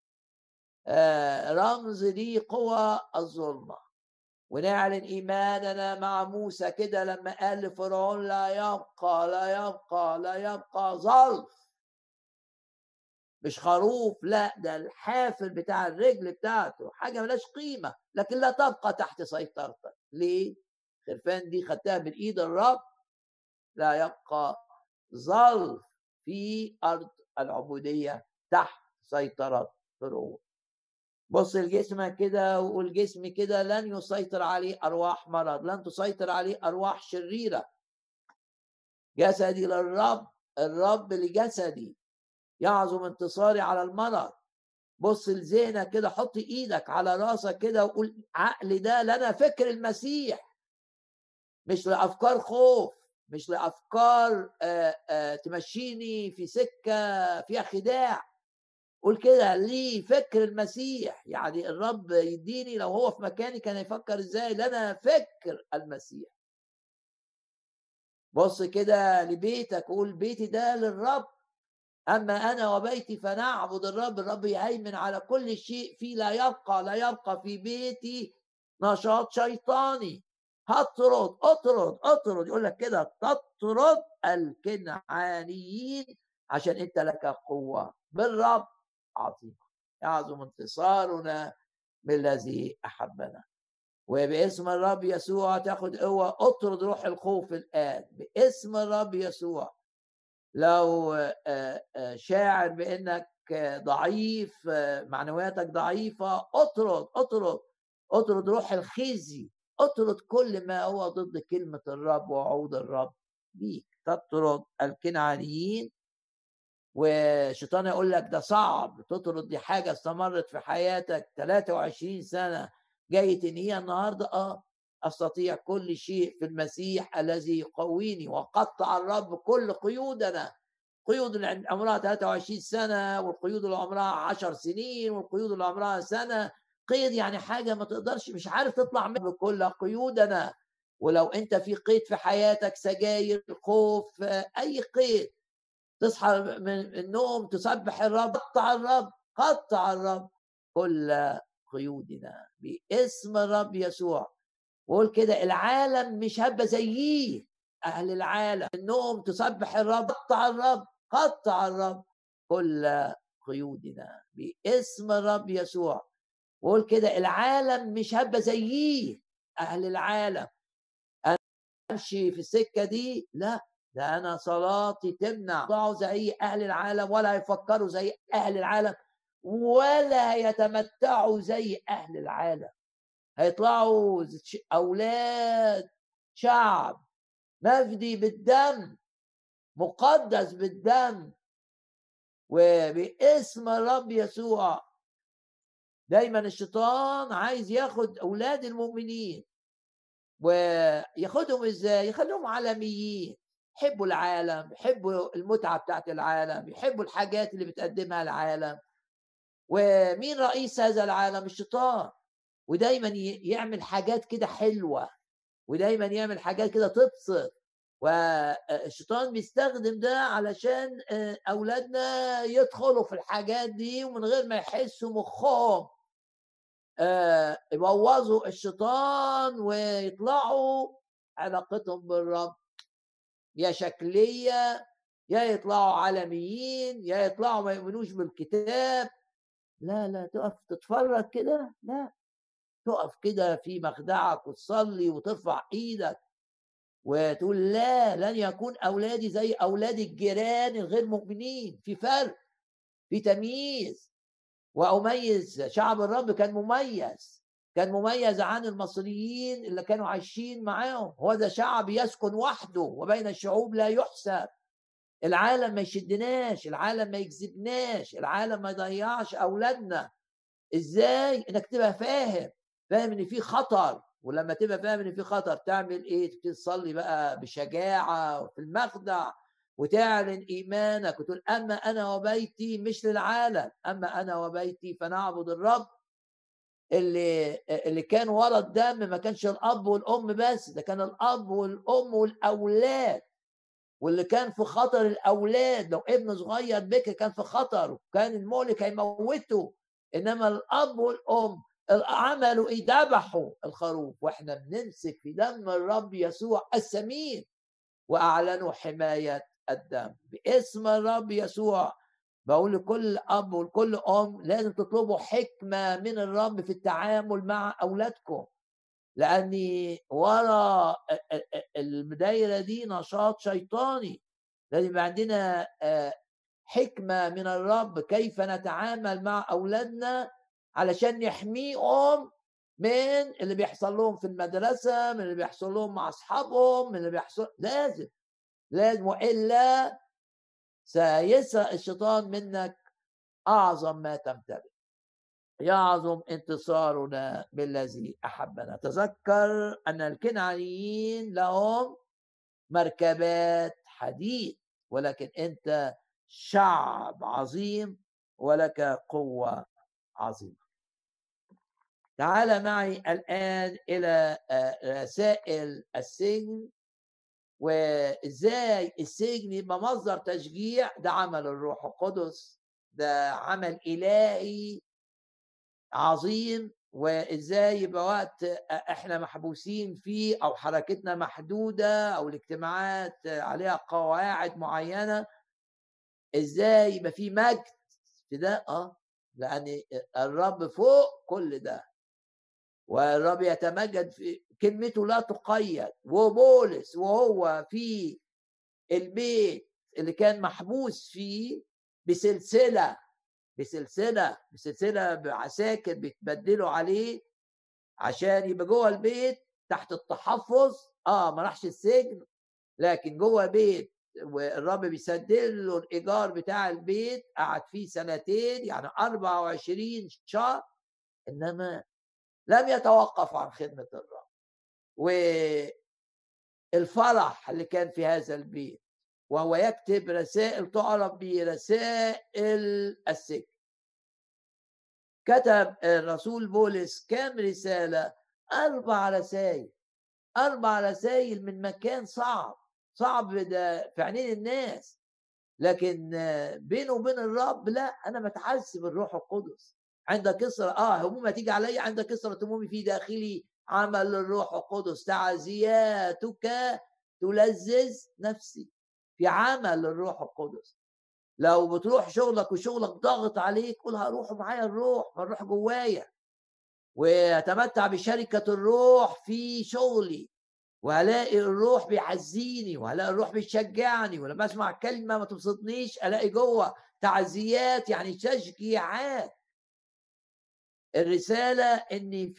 رمز ليه قوى الظلمة. ونعلن إيماننا مع موسى كده لما قال لفرعون لا يبقى لا يبقى لا يبقى ظلف، مش خروف، لا ده الحافل بتاع الرجل بتاعته، حاجة ملاش قيمة لكن لا تبقى تحت سيطرتك. ليه؟ خرفان دي خدتها من إيد الرب، لا يبقى ظلف في أرض العبودية تحت سيطرة فرعون. بص لجسمك كده وقول جسمي كده لن يسيطر عليه أرواح مرض، لن تسيطر عليه أرواح شريرة. جسدي للرب، الرب لجسدي، يعظم انتصاري على المرض. بص لذهنك كده، حط ايدك على راسك كده وقول عقلي ده لنا فكر المسيح، مش لأفكار خوف، مش لأفكار تمشيني في سكة فيها خداع. قول كده ليه فكر المسيح، يعني الرب يديني لو هو في مكاني كان يفكر ازاي. لنا فكر المسيح. بص كده لبيتك، قول بيتي ده للرب، أما أنا وبيتي فنعبد الرب. الرب يهيمن على كل شيء فيه، لا يبقى لا يبقى في بيتي نشاط شيطاني. هطرد اطرد اطرد، يقول لك كده تطرد الكنعانيين عشان انت لك قوة بالرب عظيمة، يعظم انتصارنا بالذي أحبنا. وباسم الرب يسوع تاخد قوة. اطرد روح الخوف الآن باسم الرب يسوع. لو شاعر بانك ضعيف، معنوياتك ضعيفه، اطرد اطرد اطرد روح الخزي، اطرد كل ما هو ضد كلمه الرب ووعود الرب بيك. تطرد الكنعانيين. وشيطان يقول لك ده صعب تطرد، دي حاجه استمرت في حياتك 23 سنه، جاي تنهيها النهارده. استطيع كل شيء في المسيح الذي يقويني. وقطع الرب كل قيودنا، قيود اللي عمرها 23 سنة، والقيود اللي عمرها 10 سنين، والقيود اللي عمرها سنة. قيد يعني حاجة ما تقدرش، مش عارف تطلع منها بكل قيودنا. ولو انت في قيد في حياتك، سجاير، خوف، اي قيد، تصحى من النوم تسبح الرب، قطع الرب قطع الرب كل قيودنا باسم الرب يسوع. وقول كده العالم مش هبة زيه. أهل العالم النوم تسبح الرب، قطع الرب قطع الرب كل قيودنا باسم الرب يسوع. وقول كده العالم مش هبة زيه. أهل العالم أمشي في السكة دي، لا ده أنا صلاتي تمنع ضعوا زي أهل العالم، ولا يفكروا زي أهل العالم، ولا يتمتعوا زي أهل العالم. هيطلعوا أولاد شعب مفدي بالدم، مقدس بالدم. وباسم الرب يسوع دايما الشيطان عايز ياخد أولاد المؤمنين، وياخدهم ازاي؟ يخليهم عالميين، يحبوا العالم، يحبوا المتعة بتاعت العالم، يحبوا الحاجات اللي بتقدمها العالم. ومين رئيس هذا العالم؟ الشيطان. ودايما يعمل حاجات كده حلوة، ودايما يعمل حاجات كده تبسط. والشيطان بيستخدم ده علشان اولادنا يدخلوا في الحاجات دي ومن غير ما يحسوا مخهم يبوظوا الشيطان ويطلعوا علاقتهم بالرب يا شكلية، يا يطلعوا عالميين، يا يطلعوا ما يؤمنوش بالكتاب. لا لا، تقف تتفرج كده؟ لا، تقف كده في مخدعك وتصلي وترفع ايدك وتقول لا، لن يكون أولادي زي أولاد الجيران الغير مؤمنين. في فرق، في تمييز. وأميز شعب الرب كان مميز، كان مميز عن المصريين اللي كانوا عايشين معاهم. هو ده شعب يسكن وحده وبين الشعوب لا يحسب. العالم ما يشدناش، العالم ما يجذبناش، العالم ما يضيعش أولادنا. إزاي؟ إنك تبقى فاهم، فاهم إن في خطر. ولما تبقى فاهم ان في خطر تعمل ايه؟ تبتدي تصلي بقى بشجاعه في المخدع وتعلن ايمانك وتقول اما انا وبيتي، مش للعالم، اما انا وبيتي فنعبد الرب. اللي كان ورا الدم ما كانش الاب والام بس، ده كان الاب والام والاولاد. واللي كان في خطر الأولاد، لو ابن صغير بكر كان في خطر وكان المهلك هيموته، إنما الأب والأم عملوا إيه؟ ذبحوا الخروف. وإحنا بنمسك في دم الرب يسوع الثمين وأعلنوا حماية الدم باسم الرب يسوع. بقول لكل أب ولكل أم لازم تطلبوا حكمة من الرب في التعامل مع أولادكم، لأن ورا الدايرة دي نشاط شيطاني. لازم يبقى عندنا حكمة من الرب كيف نتعامل مع أولادنا علشان نحميهم من اللي بيحصل لهم في المدرسة، من اللي بيحصل لهم مع أصحابهم، من اللي بيحصل. لازم، وإلا سيسرق الشيطان منك أعظم ما تمتلك. يعظم انتصارنا بالذي أحبنا. تذكر أن الكنعانيين لهم مركبات حديد، ولكن أنت شعب عظيم ولك قوة عظيمة. تعال معي الآن إلى رسائل السجن، وإزاي السجن يبقى مصدر تشجيع. ده عمل الروح القدس، ده عمل إلهي عظيم. وإزاي يبقى وقت إحنا محبوسين فيه أو حركتنا محدودة أو الاجتماعات عليها قواعد معينة، إزاي يبقى في مجد في ده. لأن الرب فوق كل ده، والرب يتمجد في كلمته لا تقيد. وبولس وهو في البيت اللي كان محبوس فيه بسلسلة بعساكر بيتبدلوا عليه عشان يبقى جوه البيت تحت التحفظ. ما راحش السجن، لكن جوه بيت والرب بيسدل له الإيجار بتاع البيت، قعد فيه 2 يعني 24 شهر، إنما لم يتوقف عن خدمة الرب. والفرح اللي كان في هذا البيت، وهو يكتب رسائل تعرف برسائل السجن. كتب الرسول بولس كام رسالة؟ 4 رسائل من مكان صعب ده في عينين الناس، لكن بينه وبين الرب لا، أنا متعذب بالروح القدس. عند كسرى هموم تيجي علي، عند كسرة همومي في داخلي عمل الروح القدس، تعزياتك تلذذ نفسي. في عمل الروح القدس. لو بتروح شغلك وشغلك ضاغط عليك، قول هروح معايا الروح جوايا، واتمتع بشركة الروح في شغلي، وهلاقي الروح بيعزيني، وهلاقي الروح بيشجعني، ولما اسمع كلمة ما تبسطنيش الاقي جوه تعزيات، يعني تشجيعات. الرسالة ان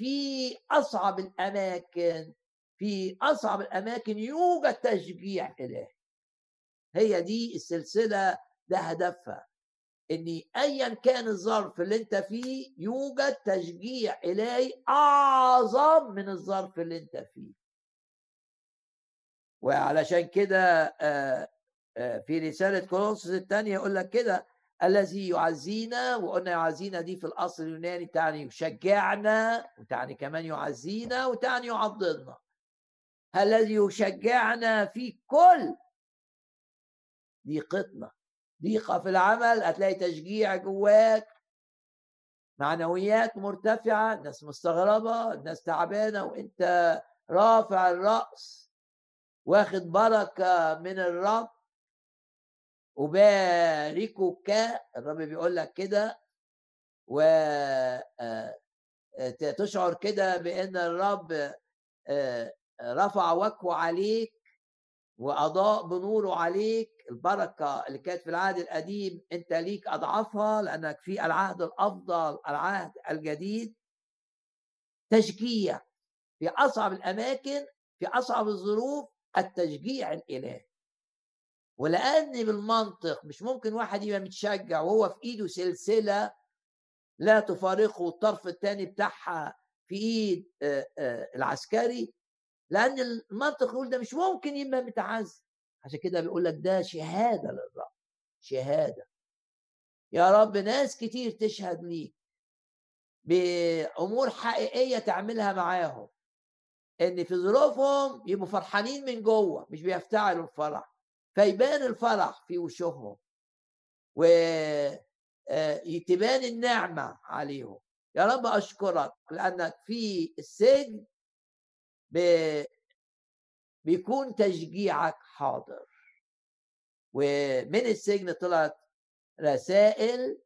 في اصعب الاماكن يوجد تشجيع الهي. هي دي السلسلة، ده هدفها، ان ايا كان الظرف اللي انت فيه يوجد تشجيع الهي اعظم من الظرف اللي انت فيه. وعلشان كده في رسالة كورنثوس الثانية يقول لك كده: الذي يعزينا، وقلنا يعزينا دي في الأصل اليوناني تعني يشجعنا، وتعني كمان يعزينا، وتعني يعضدنا. الذي يشجعنا في كل ضيقتنا. ضيقة في العمل هتلاقي تشجيع جواك، معنويات مرتفعة، الناس مستغربة، الناس تعبانة، وانت رافع الرأس واخد بركة من الرب. أباركك، الرب بيقول لك كده، وتشعر كده بأن الرب رفع وجهه عليك وأضاء بنوره عليك. البركة اللي كانت في العهد القديم أنت ليك أضعافها، لأنك في العهد الأفضل، العهد الجديد. تشجيع في أصعب الأماكن، في أصعب الظروف، التشجيع الإلهي. ولأن بالمنطق مش ممكن واحد يبقى متشجع وهو في إيده سلسلة لا تفارقه الطرف الثاني بتاعها في إيد العسكري، لأن المنطق يقول ده مش ممكن يبقى متعز. عشان كده بيقول لك ده شهادة للرب، شهادة. يا رب ناس كتير تشهد ليك بأمور حقيقية تعملها معاهم، ان في ظروفهم يبقوا فرحانين من جوه، مش بيفتعلوا الفرح، فيبان الفرح في وشوشهم، وتبان النعمة عليهم. يا رب أشكرك لأنك في السجن بيكون تشجيعك حاضر. ومن السجن طلعت رسائل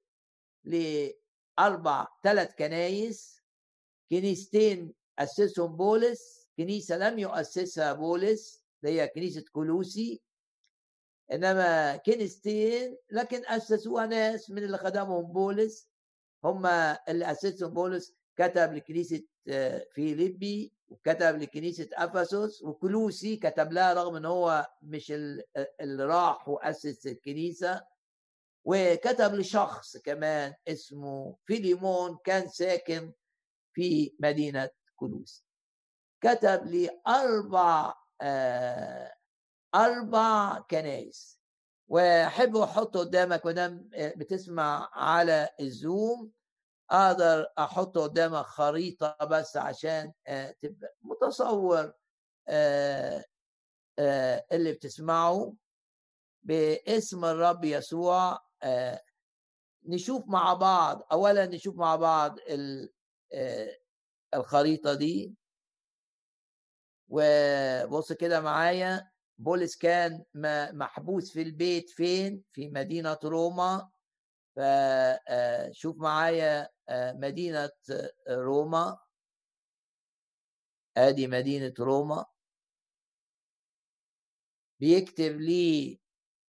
ثلاث كنايس، كنيستين أسسهم بولس، كنيسة لم يؤسسها بولس اللي هي كنيسة كولوسي، إنما كنيستين لكن أسسوها ناس من اللي خدمهم بولس، هم اللي أسسهم بولس. كتب لكنيسة فيليبي، وكتب لكنيسة أفسس، وكولوسي كتب لها رغم إن هو مش اللي راح وأسس الكنيسة. وكتب لشخص كمان اسمه فيليمون كان ساكن في مدينة كولوسي. كتب لي أربع كنائس. وأحب أحط قدامك ودام بتسمع على الزوم أقدر أحط قدامك خريطة بس عشان تبقى متصور اللي بتسمعه باسم الرب يسوع. نشوف مع بعض، أولا نشوف مع بعض الخريطة دي. وبص كده معايا، بولس كان محبوس في البيت فين؟ في مدينة روما. فشوف معايا مدينة روما، ادي مدينة روما. بيكتب لي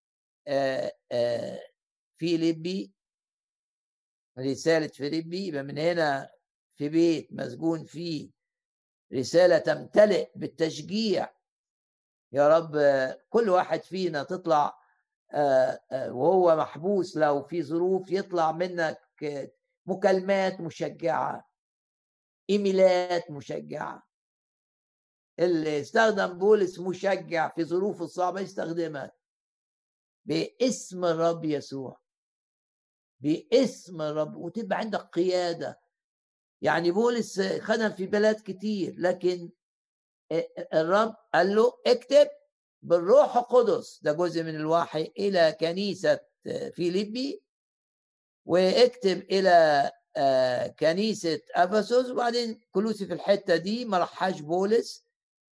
فيليبي، رسالة فيليبي. يبقى من هنا في بيت مسجون فيه رسالة تمتلئ بالتشجيع. يا رب كل واحد فينا تطلع وهو محبوس لو في ظروف يطلع منك مكالمات مشجعة، إيميلات مشجعة. اللي استخدم بولس مشجع في ظروف الصعبة يستخدمها باسم الرب يسوع، باسم الرب، وتبقى عندك قيادة. يعني بولس خدم في بلاد كتير، لكن الرب قال له اكتب بالروح القدس، ده جزء من الوحي، إلى كنيسة فيليبي، واكتب إلى كنيسة أفسس. وبعدين كلوسي في الحتة دي ما راحش بولس.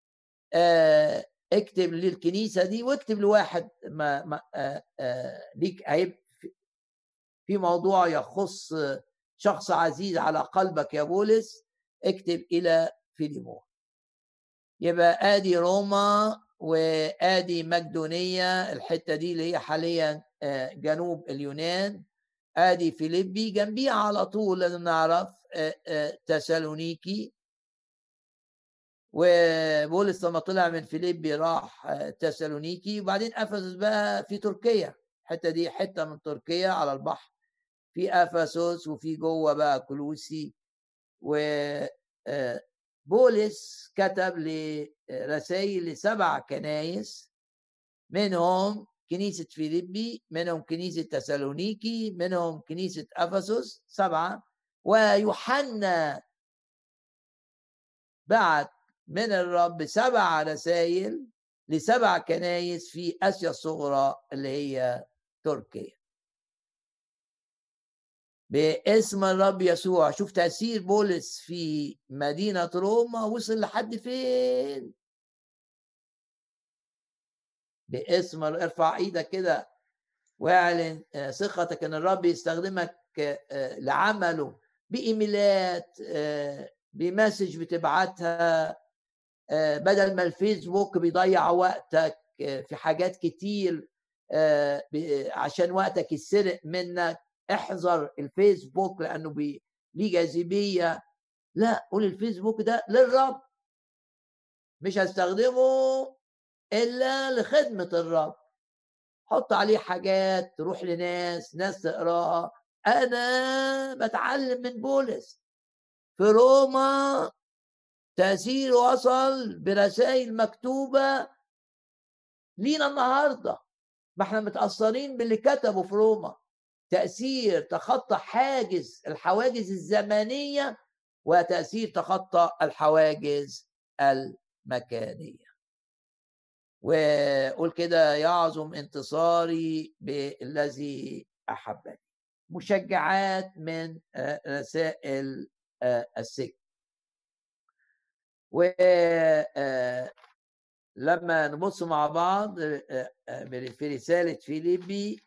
اكتب للكنيسة دي، واكتب لواحد ما ليك عيب في موضوع يخص شخص عزيز على قلبك يا بولس، اكتب إلى فيليمون. يبقى آدي روما وآدي مقدونية، الحتة دي اللي هي حاليا جنوب اليونان. آدي فيليبي، جنبيها على طول لازم نعرف تسالونيكي. وبولس لما طلع من فيليبي راح تسالونيكي، وبعدين أفسس بقى في تركيا. الحتة دي حتة من تركيا على البحر، في أفسس وفي جوه بقى كلوسي. وبولس كتب رسائل ل7 كنايس، منهم كنيسة فيليبي، منهم كنيسة تسالونيكي، منهم كنيسة أفسس، 7. ويوحنا بعت من الرب 7 رسائل ل7 كنايس في آسيا الصغرى اللي هي تركيا باسم الرب يسوع. شوف تأثير بولس في مدينة روما وصل لحد فين. باسم ارفع ايدك كده واعلن ثقتك ان الرب يستخدمك لعمله، بإيميلات، بمسج بتبعتها، بدل ما الفيسبوك بيضيع وقتك في حاجات كتير عشان وقتك يسرق منك. احذر الفيسبوك لانه ليه جاذبيه. لا، قول الفيسبوك ده للرب، مش هستخدمه الا لخدمه الرب. حط عليه حاجات تروح ناس تقراها. انا بتعلم من بولس في روما، تأثير وصل برسائل مكتوبة لينا النهاردة. ما احنا متأثرين باللي كتبه في روما. تأثير تخطى الحواجز الزمنية، وتأثير تخطى الحواجز المكانية. وقول كده: يعظم انتصاري بالذي أحبني. مشجعات من رسائل السجن. ولما نبص مع بعض في رسالة فيليبي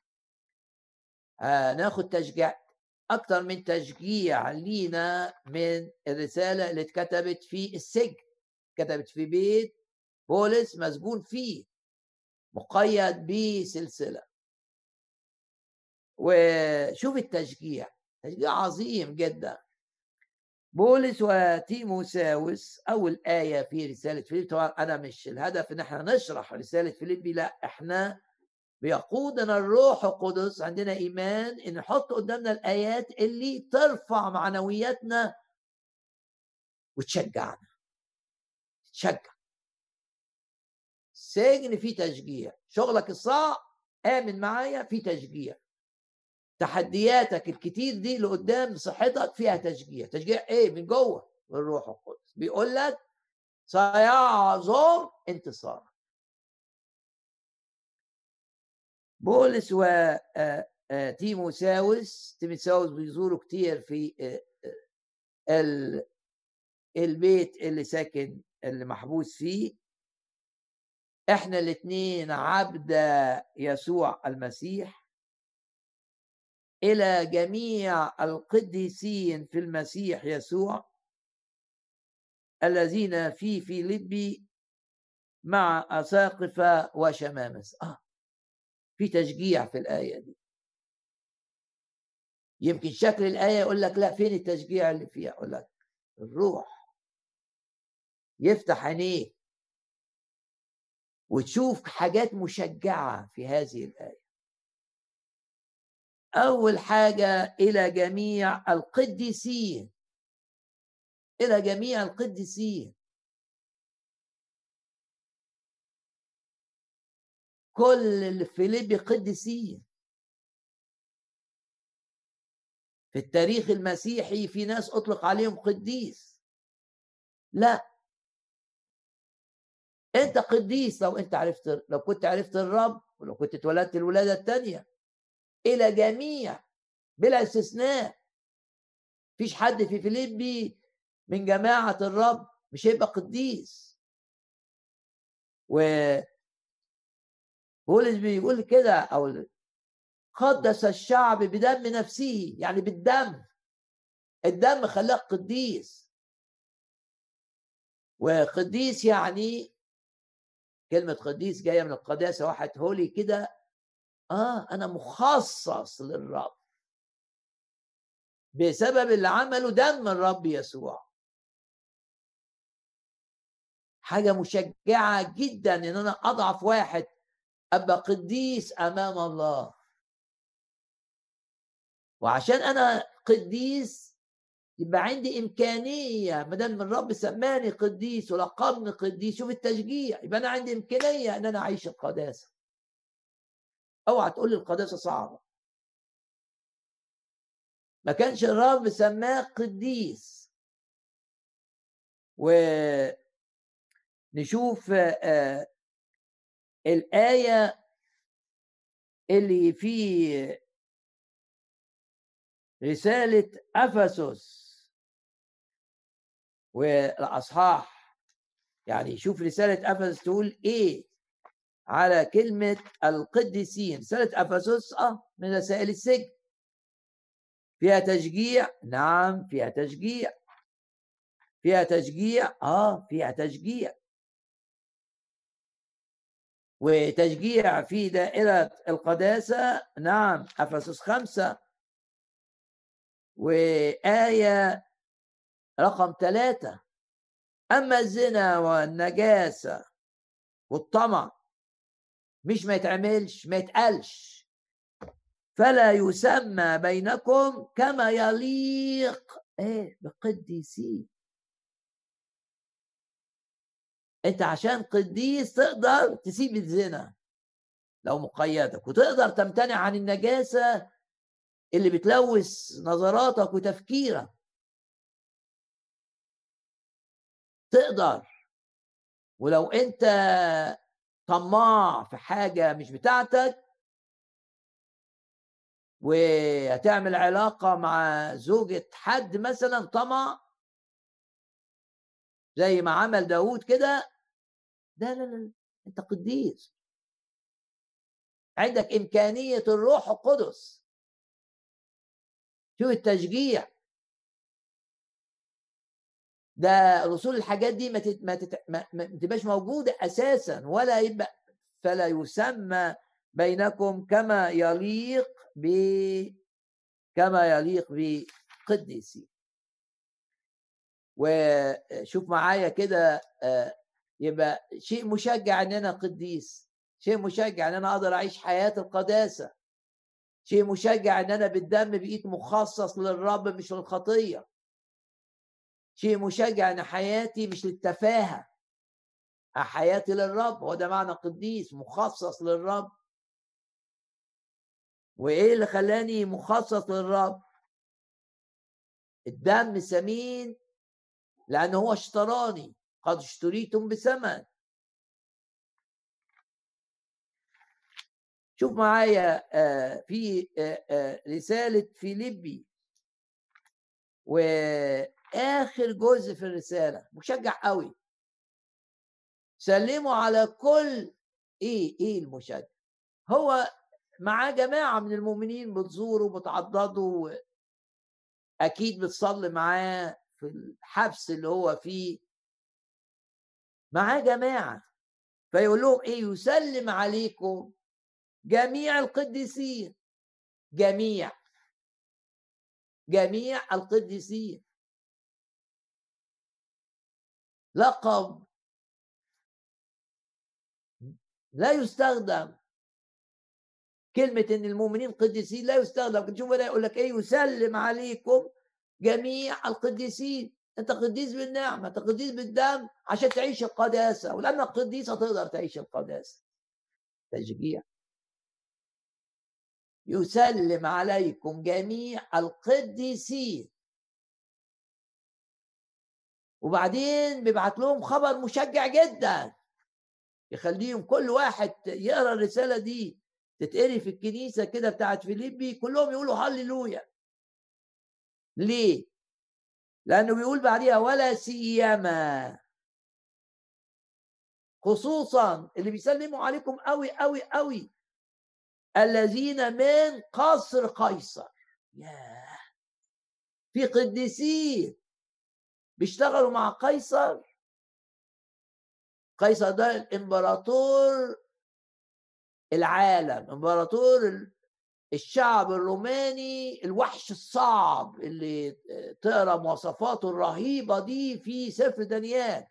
ناخد تشجيع أكتر من تشجيع لينا من الرسالة اللي اتكتبت في السجن، كتبت في بيت بولس مسجون فيه، مقيد بسلسلة. وشوف التشجيع، تشجيع عظيم جدا. بولس وتيموساوس، أول آية في رسالة فيليبي. طبعا أنا مش الهدف إن احنا نشرح رسالة فيليبي، لا، احنا بيقودنا الروح القدس، عندنا إيمان إن نحط قدامنا الآيات اللي ترفع معنوياتنا وتشجعنا. تشجع. سجن فيه تشجيع، شغلك الصعب آمن معايا فيه تشجيع، تحدياتك الكتير دي اللي قدام صحتك فيها تشجيع. تشجيع ايه؟ من جوه، من الروح القدس بيقول لك سيعظم انتصار. بولس تيموساوس بيزوروا كتير في البيت اللي ساكن، اللي محبوس فيه. احنا الاثنين عبد يسوع المسيح الى جميع القديسين في المسيح يسوع الذين في فيليبي مع أساقفة وشمامس. في تشجيع في الآية دي. يمكن شكل الآية يقول لك لا، فين التشجيع اللي فيها؟ أقول لك الروح يفتح عينيك وتشوف حاجات مشجعة في هذه الآية. أول حاجة إلى جميع القديسين، إلى جميع القديسين. كل اللي في فيليبي قديسين. في التاريخ المسيحي في ناس أطلق عليهم قديس، لا، أنت قديس لو أنت عرفت، لو كنت عرفت الرب، ولو كنت اتولدت الولادة الثانية. إلى جميع بلا استثناء. فيش حد في فيليبي من جماعة الرب مش هيبقى قديس. وبولس بيقول كده، أو قدس الشعب بدم نفسه، يعني بالدم. الدم خلاك قديس. وقديس يعني كلمة قديس جاية من القداسة، واحد هولي كده. أنا مخصص للرب بسبب اللي عمله دم الرب يسوع. حاجة مشجعة جدا إن أنا أضعف واحد أبقى قديس أمام الله. وعشان أنا قديس يبقى عندي إمكانية، ما دام الرب سماني قديس ولقبني قديس، شوف التشجيع، يبقى أنا عندي إمكانية إن أنا أعيش القداسة. أوعى تقول لي القداسة صعبة. ما كانش الرب سماه قديس. ونشوف الآية اللي في رسالة أفسس والأصحاح، يعني شوف رسالة أفسس تقول إيه على كلمة القديسين. رسالة أفسس من رسائل السجن. فيها تشجيع، نعم فيها تشجيع. فيها تشجيع، فيها تشجيع. وتشجيع في دائرة القداسة، نعم. أفسس 5 وآية رقم 3: أما الزنا والنجاسة والطمع مش ما يتعملش، ما يتقالش، فلا يسمى بينكم كما يليق بقديسين. انت عشان قديس تقدر تسيب الزنا لو مقيدك، وتقدر تمتنع عن النجاسة اللي بتلوث نظراتك وتفكيرك. تقدر. ولو انت طماع في حاجة مش بتاعتك، وهتعمل علاقة مع زوجة حد مثلا طمع زي ما عمل داود كده، لا لا لا، انت قديس، عندك إمكانية الروح القدس. شوف التشجيع ده، رسول الحاجات دي ما تبقاش موجودة أساسا، ولا يبقى، فلا يسمى بينكم كما يليق بقديسي. وشوف معايا كده، يبقى شيء مشجع ان انا قديس، شيء مشجع ان انا اقدر اعيش حياة القداسة، شيء مشجع ان انا بالدم بقيت مخصص للرب مش للخطية، شيء مشجع ان حياتي مش للتفاهة، حياتي للرب. هو ده معنى قديس، مخصص للرب. وايه اللي خلاني مخصص للرب؟ الدم ثمين، لانه هو اشتراني، قد اشتريتم بثمن. شوف معايا في رسالة فيليبي، واخر جزء في الرسالة مشجع قوي. سلموا على كل ايه المشجع، هو معاه جماعة من المؤمنين بتزوروا بتعضدوا، اكيد بتصلي معاه في الحبس اللي هو فيه، معاه جماعة، فيقول لهم ايه؟ يسلم عليكم جميع القديسين، جميع القديسين. لقب لا يستخدم، كلمة ان المؤمنين قديسين لا يستخدم. تشوف هنا يقول لك ايه؟ يسلم عليكم جميع القديسين. انت قديس بالنعمة، انت قديس بالدم عشان تعيش القداسة، ولانك قديس هتقدر تعيش القداسة. تشجيع. يسلم عليكم جميع القديسين. وبعدين بيبعت لهم خبر مشجع جدا، يخليهم كل واحد يقرا الرسالة دي تتقري في الكنيسة كده بتاعت فيليبي، كلهم يقولوا هللويا. ليه؟ لأنه بيقول بعديها ولا سيما، خصوصا اللي بيسلموا عليكم قوي قوي قوي، الذين من قصر قيصر. ياه، في قديسين بيشتغلوا مع قيصر. قيصر ده الامبراطور العالم، امبراطور الشعب الروماني، الوحش الصعب اللي تقرا مواصفاته الرهيبه دي في سفر دانيال.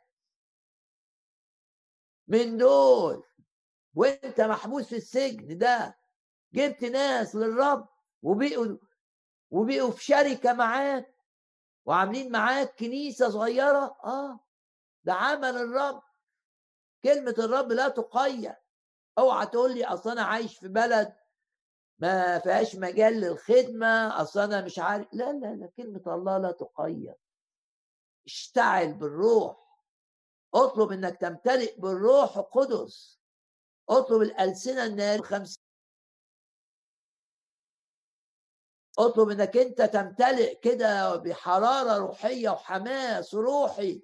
من دول وانت محبوس في السجن ده جبت ناس للرب، وبقوا في شركه معاك، وعاملين معاك كنيسه صغيره. ده عمل الرب. كلمه الرب لا تقيد. اوعى تقول لي اصل انا عايش في بلد ما فيهاش مجال للخدمه، اصل انا مش عارف. لا لا لا، كلمه الله لا تقيد. اشتعل بالروح، اطلب انك تمتلئ بالروح القدس، اطلب الالسنه النار 50، اطلب انك انت تمتلئ كده بحراره روحيه وحماس روحي.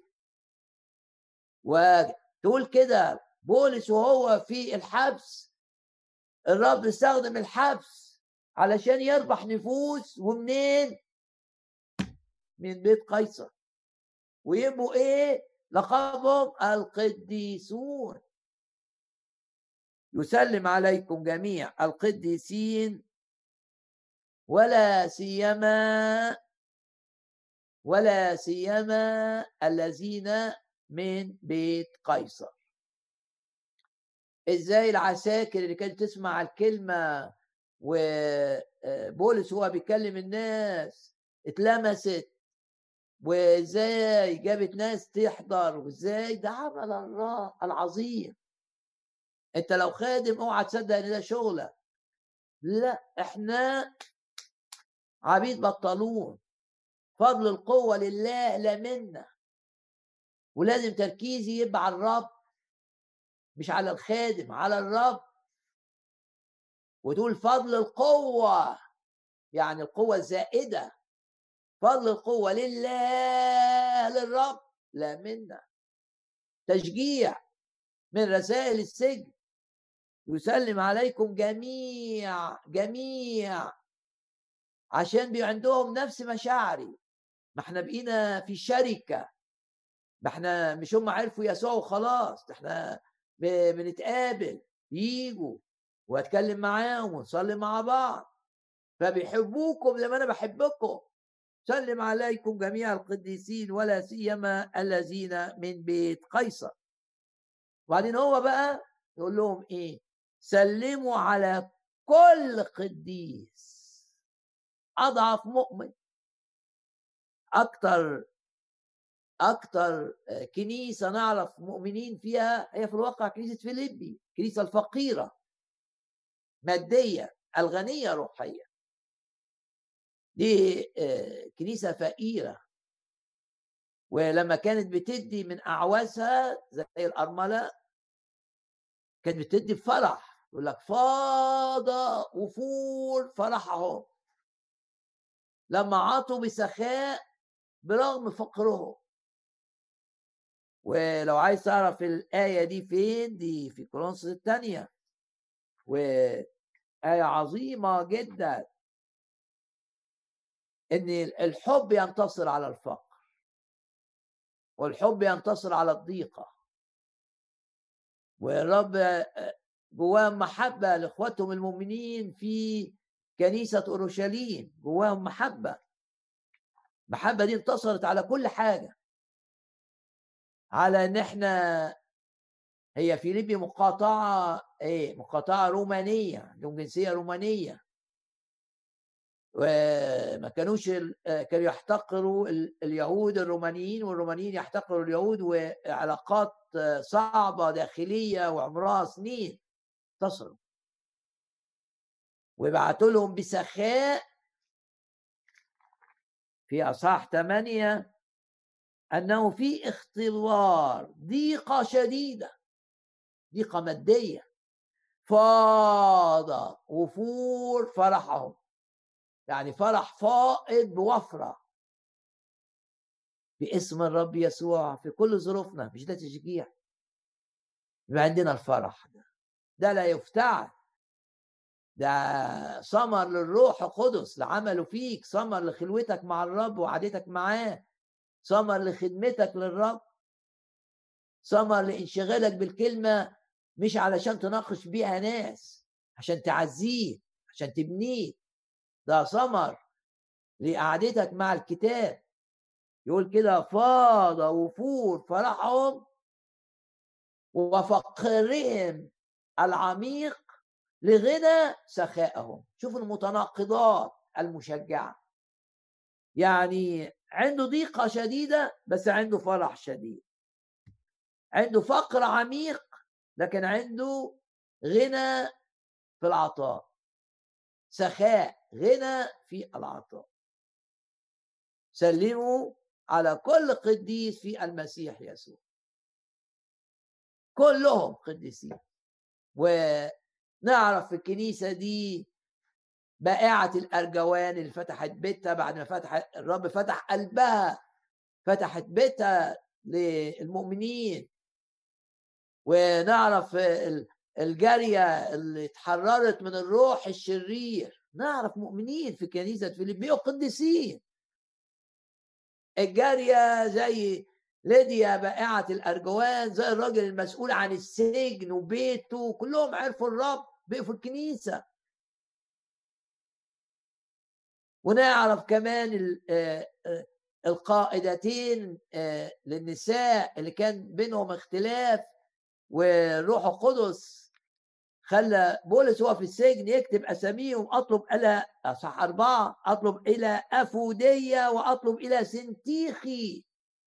وتقول كده بولس وهو في الحبس، الرب استخدم الحبس علشان يربح نفوس. ومنين؟ من بيت قيصر. ويبقوا ايه لقبهم؟ القديسون. يسلم عليكم جميع القديسين، ولا سيما الذين من بيت قيصر. ازاي العساكر اللي كانت تسمع الكلمة وبولس هو بيكلم الناس اتلمست، وازاي جابت ناس تحضر، وازاي ده عمل الله العظيم. انت لو خادم اوعى تصدق ان ده شغلة. لا، احنا عبيد بطلون، فضل القوة لله لا منا. ولازم تركيزي يبقى على الرب، مش على الخادم، على الرب. وتقول فضل القوة، يعني القوة الزائدة، فضل القوة لله للرب لا منا. تشجيع من رسائل السجن: يسلم عليكم جميع عشان بي عندهم نفس مشاعري. ما احنا بقينا في شركة، ما احنا مش هم عرفوا يسوع وخلاص، احنا بنتقابل، ييجوا واتكلم معاهم ونصلي مع بعض، فبيحبوكم زي ما انا بحبكم. سلم عليكم جميع القديسين ولا سيما الذين من بيت قيصر. وبعدين هو بقى يقول لهم ايه؟ سلموا على كل قديس. اضعف مؤمن. اكتر كنيسه نعرف مؤمنين فيها هي في الواقع كنيسه فيليبي، الكنيسه الفقيره ماديا الغنيه روحيا. دي كنيسه فقيره، ولما كانت بتدي من اعوازها زي الارمله كانت بتدي بفرح. يقول لك فاض وفور فرحهم لما عطوا بسخاء برغم فقرهم. ولو عايز تعرف الآية دي فين، دي في كورنثوس الثانية، وآية عظيمة جدا، إن الحب ينتصر على الفقر، والحب ينتصر على الضيقة، والرب جواهم محبة لإخواتهم المؤمنين في كنيسة أورشليم، جواهم محبة دي انتصرت على كل حاجة، على إن إحنا هي فيليبي مقاطعة رومانية، عندهم جنسية رومانية، وما كانوش كانوا يحتقروا اليهود الرومانيين، والرومانيين يحتقروا اليهود، وعلاقات صعبة داخلية وعمرها سنين. تصلوا ويبعتوا لهم بسخاء في أصحاح 8 أنه في اختبار ضيقة شديدة، ضيقة مادية، فاض وفور فرحهم، يعني فرح فائض بوفرة باسم الرب يسوع في كل ظروفنا. مش ده تشجيع؟ يبقى عندنا الفرح ده لا يفتعل، ده ثمر للروح القدس لعمله فيك، ثمر لخلوتك مع الرب وقعدتك معاه، ثمر لخدمتك للرب، ثمر لانشغالك بالكلمة، مش علشان تناقش بيها ناس، عشان تعزيه، عشان تبنيه. ده ثمر لقعدتك مع الكتاب. يقول كده فاض وفور فرحهم وفقرهم العميق لغنى سخائهم. شوفوا المتناقضات المشجعة، يعني عنده ضيقة شديدة بس عنده فرح شديد، عنده فقر عميق لكن عنده غنى في العطاء، سخاء، غنى في العطاء. سلموا على كل قديس في المسيح يسوع، كلهم قديسين. ونعرف في الكنيسة دي بائعة الأرجوان اللي فتحت بيتها بعد ما الرب فتح قلبها، فتحت بيتها للمؤمنين. ونعرف الجارية اللي اتحررت من الروح الشرير، نعرف مؤمنين في كنيسة فيليبي قديسين. الجارية زي ليديا بائعة الأرجوان، زي الراجل المسؤول عن السجن وبيته، كلهم عرفوا الرب بقوا في الكنيسة. ونعرف كمان القائدتين للنساء اللي كان بينهم اختلاف، والروح القدس خلى بولس هو في السجن يكتب أساميهم. أطلب إلى أصح 4، أطلب إلى أفودية وأطلب إلى سنتيخي.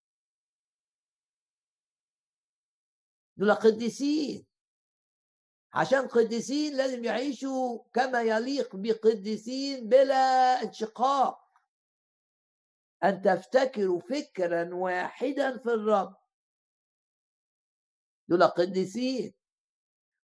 دول قديسين، عشان قديسين لازم يعيشوا كما يليق بقديسين بلا انشقاق. أن تفتكروا فكرا واحدا في الرب. دول قديسين.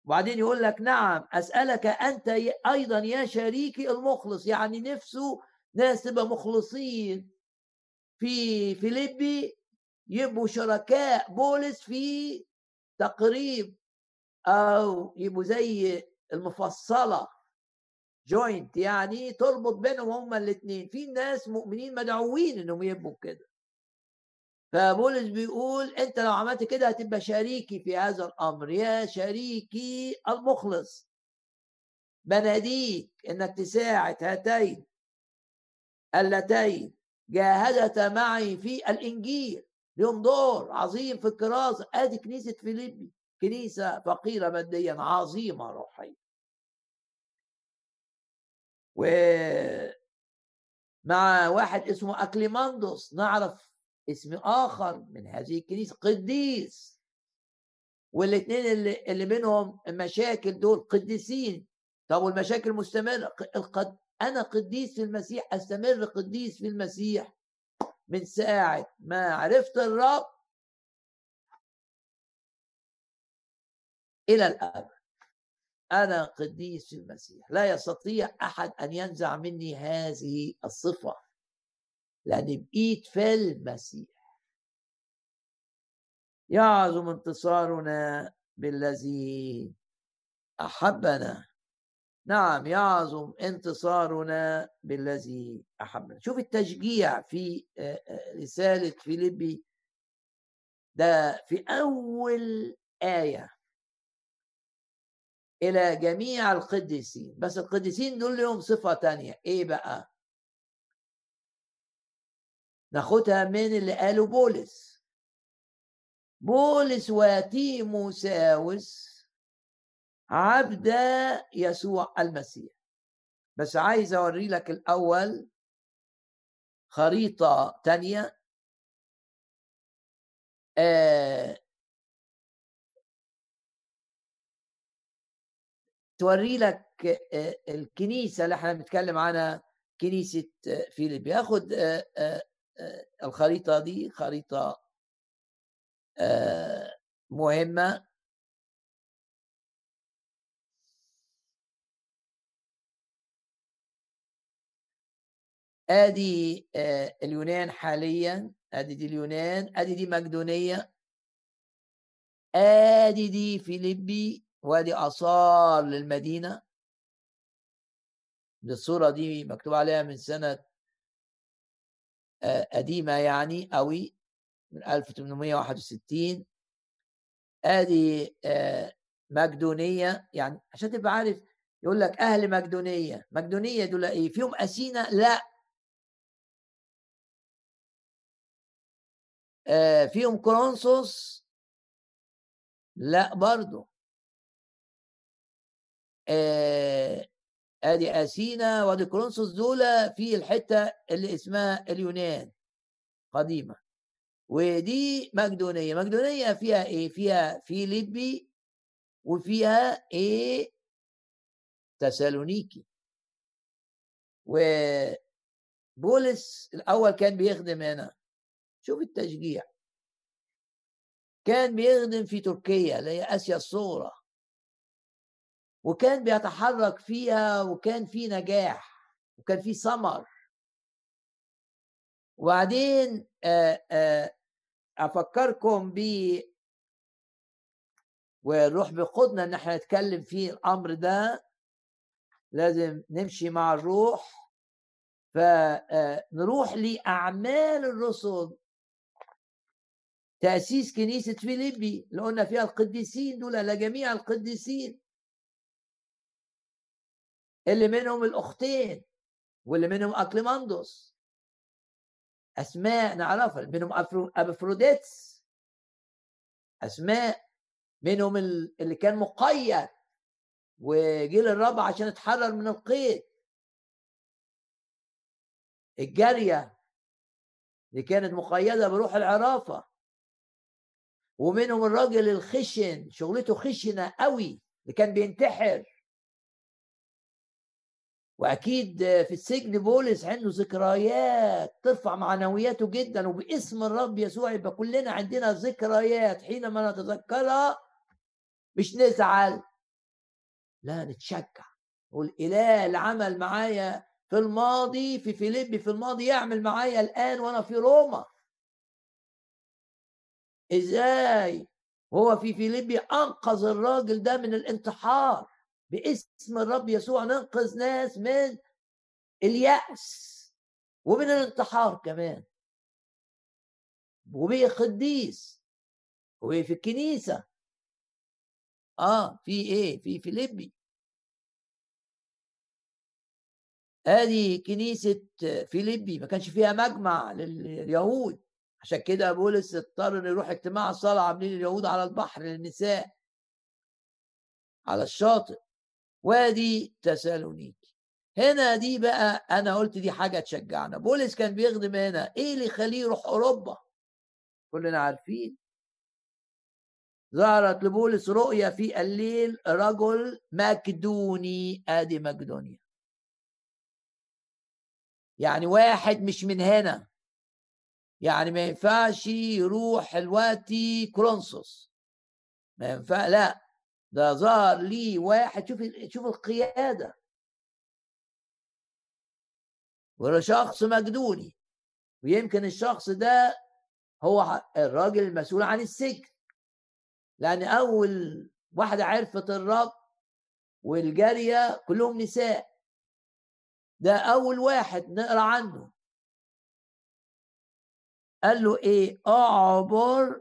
وبعدين يقول لك نعم أسألك أنت أيضا يا شريكي المخلص، يعني نفسه ناس تبقى مخلصين في فيليبي يبقوا شركاء بولس في تقريب، أو يبقوا زي المفصلة جوينت، يعني تربط بينهم هما الاثنين. في ناس مؤمنين مدعوين انهم يبقوا كده. فبولس بيقول انت لو عملت كده هتبقى شريكي في هذا الامر يا شريكي المخلص. بناديك انك تساعد هاتين اللتين جاهدتا معي في الانجيل، لهم دور عظيم في الكرازه. ادي كنيسه فيليبي، كنيسه فقيره ماديا عظيمه روحيا. ومع واحد اسمه اكليماندوس نعرف اسم اخر من هذه الكنيسه قديس، والاثنين اللي بينهم مشاكل دول قديسين. طب والمشاكل مستمره. انا قديس في المسيح، استمر قديس في المسيح من ساعه ما عرفت الرب الى الابد. انا قديس في المسيح، لا يستطيع احد ان ينزع مني هذه الصفه، لاني بقيت في المسيح. يعظم انتصارنا بالذي احبنا. نعم يعظم انتصارنا بالذي احبنا. شوف التشجيع في رساله فيليبي ده في اول ايه الى جميع القديسين. بس القديسين دول لهم صفه تانية، ايه بقى؟ ناخدها من اللي قاله بولس. بولس وتيموساوس عبد يسوع المسيح. بس عايز اوري لك الاول خريطة تانية توري لك الكنيسة اللي احنا بنتكلم عنها، كنيسة فيليبي. ياخد الخريطة دي خريطة مهمة. ادي اليونان حاليا، ادي دي اليونان، ادي دي مقدونية، ادي دي فيليبي، وادي اثار للمدينة. الصورة دي مكتوب عليها من سنة قديمة يعني قوي، من 1861. ادي مقدونية، يعني عشان تبقى عارف. يقول لك اهل مقدونية، مقدونية دول ايه؟ فيهم أثينا؟ لا. فيهم كورنثوس؟ لا برضو. ادي أثينا وادي كورنثوس، دول في الحتة اللي اسمها اليونان قديمة. ودي مقدونية. مقدونية فيها ايه؟ فيها فيليبي، وفيها ايه؟ تسالونيكي. وبولس الاول كان بيخدم هنا. شوف التشجيع، كان بيخدم في تركيا اللي هي اسيا الصغرى، وكان بيتحرك فيها، وكان في نجاح، وكان في ثمر. وبعدين افكركم ب والروح بيقودنا ان احنا نتكلم في الامر ده، لازم نمشي مع الروح. فنروح لاعمال الرسل، تأسيس كنيسة فيليبي اللي قلنا فيها القديسين دول، لجميع القديسين اللي منهم الأختين، واللي منهم أكليماندوس، أسماء نعرفها. منهم أبفروديتس، أسماء. منهم اللي كان مقيد وجيل الرب عشان اتحرر من القيد، الجارية اللي كانت مقيدة بروح العرافة. ومنهم الراجل الخشن، شغلته خشنة قوي، اللي كان بينتحر. واكيد في السجن بولس عنده ذكريات ترفع معنوياته جدا، وباسم الرب يسوع يبقى كلنا عندنا ذكريات حينما نتذكرها مش نزعل، لا نتشجع، والإله اللي عمل معايا في الماضي في فيليبي في الماضي يعمل معايا الآن وأنا في روما. إزاي هو في فيليبي أنقذ الراجل ده من الانتحار باسم الرب يسوع، ننقذ ناس من اليأس ومن الانتحار كمان، وبقي قديس وبقي في الكنيسة. في ايه في فيليبي، ادي كنيسة فيليبي ما كانش فيها مجمع لليهود، عشان كده بولس اضطر انه يروح اجتماع الصلاة عاملين اليهود على البحر للنساء على الشاطئ. وادي تسالونيكي. هنا دي بقى انا قلت دي حاجة تشجعنا. بولس كان بيخدم هنا، ايه اللي يخليه يروح اوروبا؟ كلنا عارفين ظهرت لبولس رؤيا في الليل رجل مكدوني، ادي مقدونيا، يعني واحد مش من هنا، يعني ما ينفعش يروح الوقتي كرونسوس، ما ينفع، لا ده ظهر لي واحد، شوف القيادة، وشخص مقدوني، ويمكن الشخص ده هو الراجل المسؤول عن السجن، لأن أول واحدة عرفت الرب والجارية كلهم نساء، ده أول واحد نقرأ عنه. قال له إيه؟ أعبر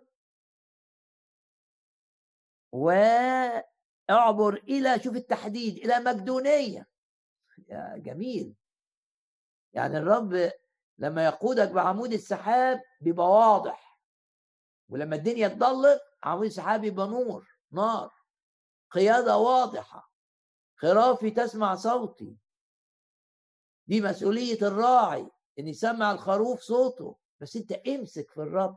وأعبر إلى، شوف التحديد، إلى مقدونية. يا جميل، يعني الرب لما يقودك بعمود السحاب بيبقى واضح، ولما الدنيا تضلق عمود السحاب يبقى نار، قيادة واضحة، خرافي تسمع صوتي. دي مسؤولية الراعي ان يسمع الخروف صوته، بس انت امسك في الرب،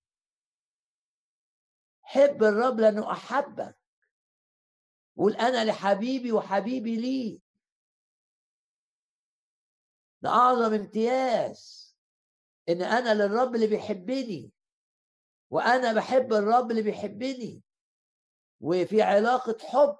حب الرب لانه احبك، قول انا لحبيبي وحبيبي لي. ده اعظم امتياز، ان انا للرب اللي بيحبني وانا بحب الرب اللي بيحبني، وفي علاقة حب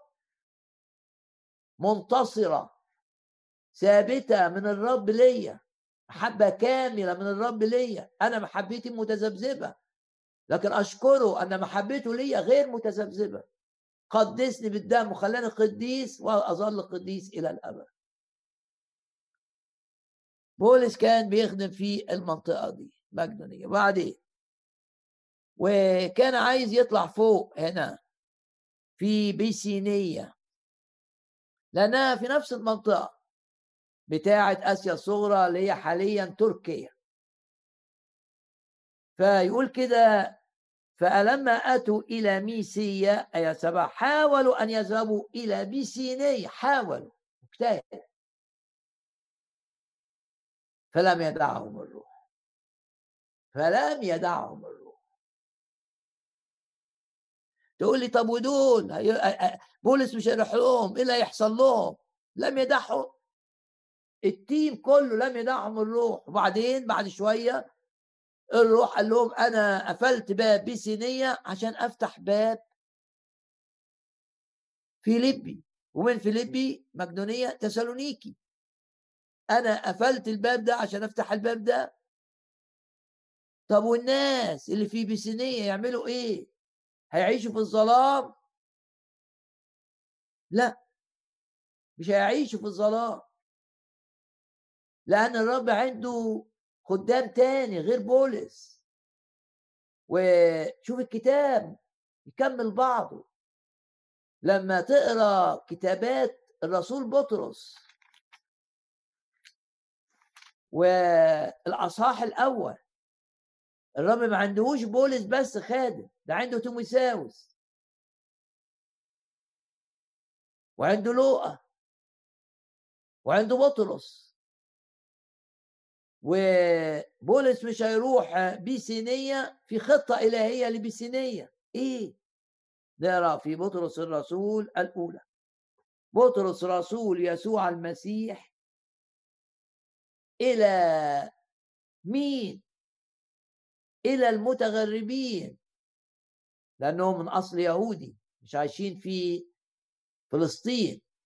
منتصرة ثابتة من الرب ليا، محبة كاملة من الرب ليا. أنا محبتي متذبذبة، لكن أشكره أن محبته ليا غير متذبذبة، قدسني بالدم وخلاني قديس وأظل قديس إلى الأبد. بولس كان بيخدم في المنطقة دي مقدونية، وبعدين وكان عايز يطلع فوق هنا في بيسينية، لأنها في نفس المنطقة بتاعة آسيا الصغرى اللي هي حاليا تركيا. فيقول كده: فلما أتوا إلى ميسية، آية 7، حاولوا أن يذهبوا إلى بيسينية، حاولوا مجتهد، فلم يدعهم الروح، فلم يدعهم الروح. تقول لي طب ودول بولس مش هيروح لهم، ايه اللي هيحصل لهم؟ لم يدعهم، التيم كله لم يدعهم الروح. وبعدين بعد شويه الروح قال لهم انا قفلت باب بيسينية عشان افتح باب فيليبي، ومن فيليبي مقدونية تسالونيكي، انا قفلت الباب ده عشان افتح الباب ده. طب والناس اللي في بيسينية يعملوا ايه؟ هيعيشوا في الظلام؟ لا، مش هيعيشوا في الظلام، لأن الرب عنده خدام تاني غير بولس. وشوف الكتاب يكمل بعضه، لما تقرأ كتابات الرسول بطرس والأصحاح الأول، الرب ما عندهوش بولس بس خادم، ده عنده تيموثاوس وعنده لوقا وعنده بطرس. وبولس مش هيروح بيسينية في خطة إلهية لبيسينية. إيه؟ نقرأ في بطرس الرسول الأولى: بطرس رسول يسوع المسيح إلى مين؟ إلى المتغربين، لأنهم من أصل يهودي مش عايشين في فلسطين،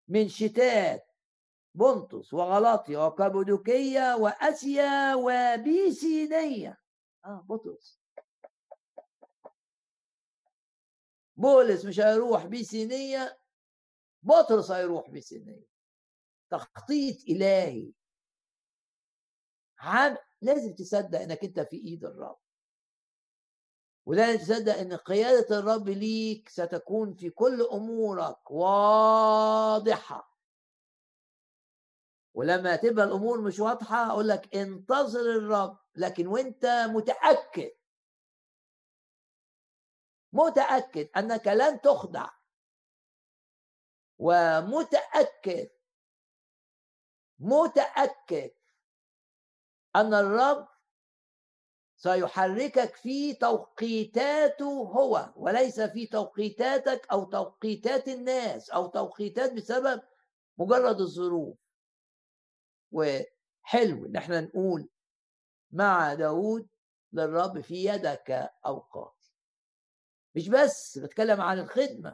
من شتات بنطس وغلاطيا وكابودوكية وآسيا وبيسينية. بطرس. بولس مش هيروح بيسينية، بطرس هيروح بيسينية. تخطيط إلهي. لازم تصدق انك انت في ايد الرب، ولازم تصدق ان قيادة الرب ليك ستكون في كل امورك واضحة. ولما تبقى الامور مش واضحة اقول لك انتظر الرب، لكن وانت متأكد انك لن تخدع، ومتأكد ان الرب سيحركك في توقيتاته هو، وليس في توقيتاتك أو توقيتات الناس أو توقيتات بسبب مجرد الظروف. وحلو إن احنا نقول مع داود للرب في يدك أوقاتي. مش بس بتكلم عن الخدمة،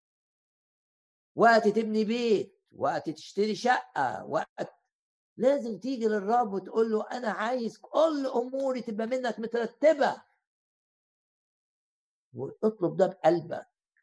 وقت تبني بيت، وقت تشتري شقة، وقت لازم تيجي للرب وتقول له أنا عايز كل أموري تبقى منك مترتبة، واطلب ده بقلبك،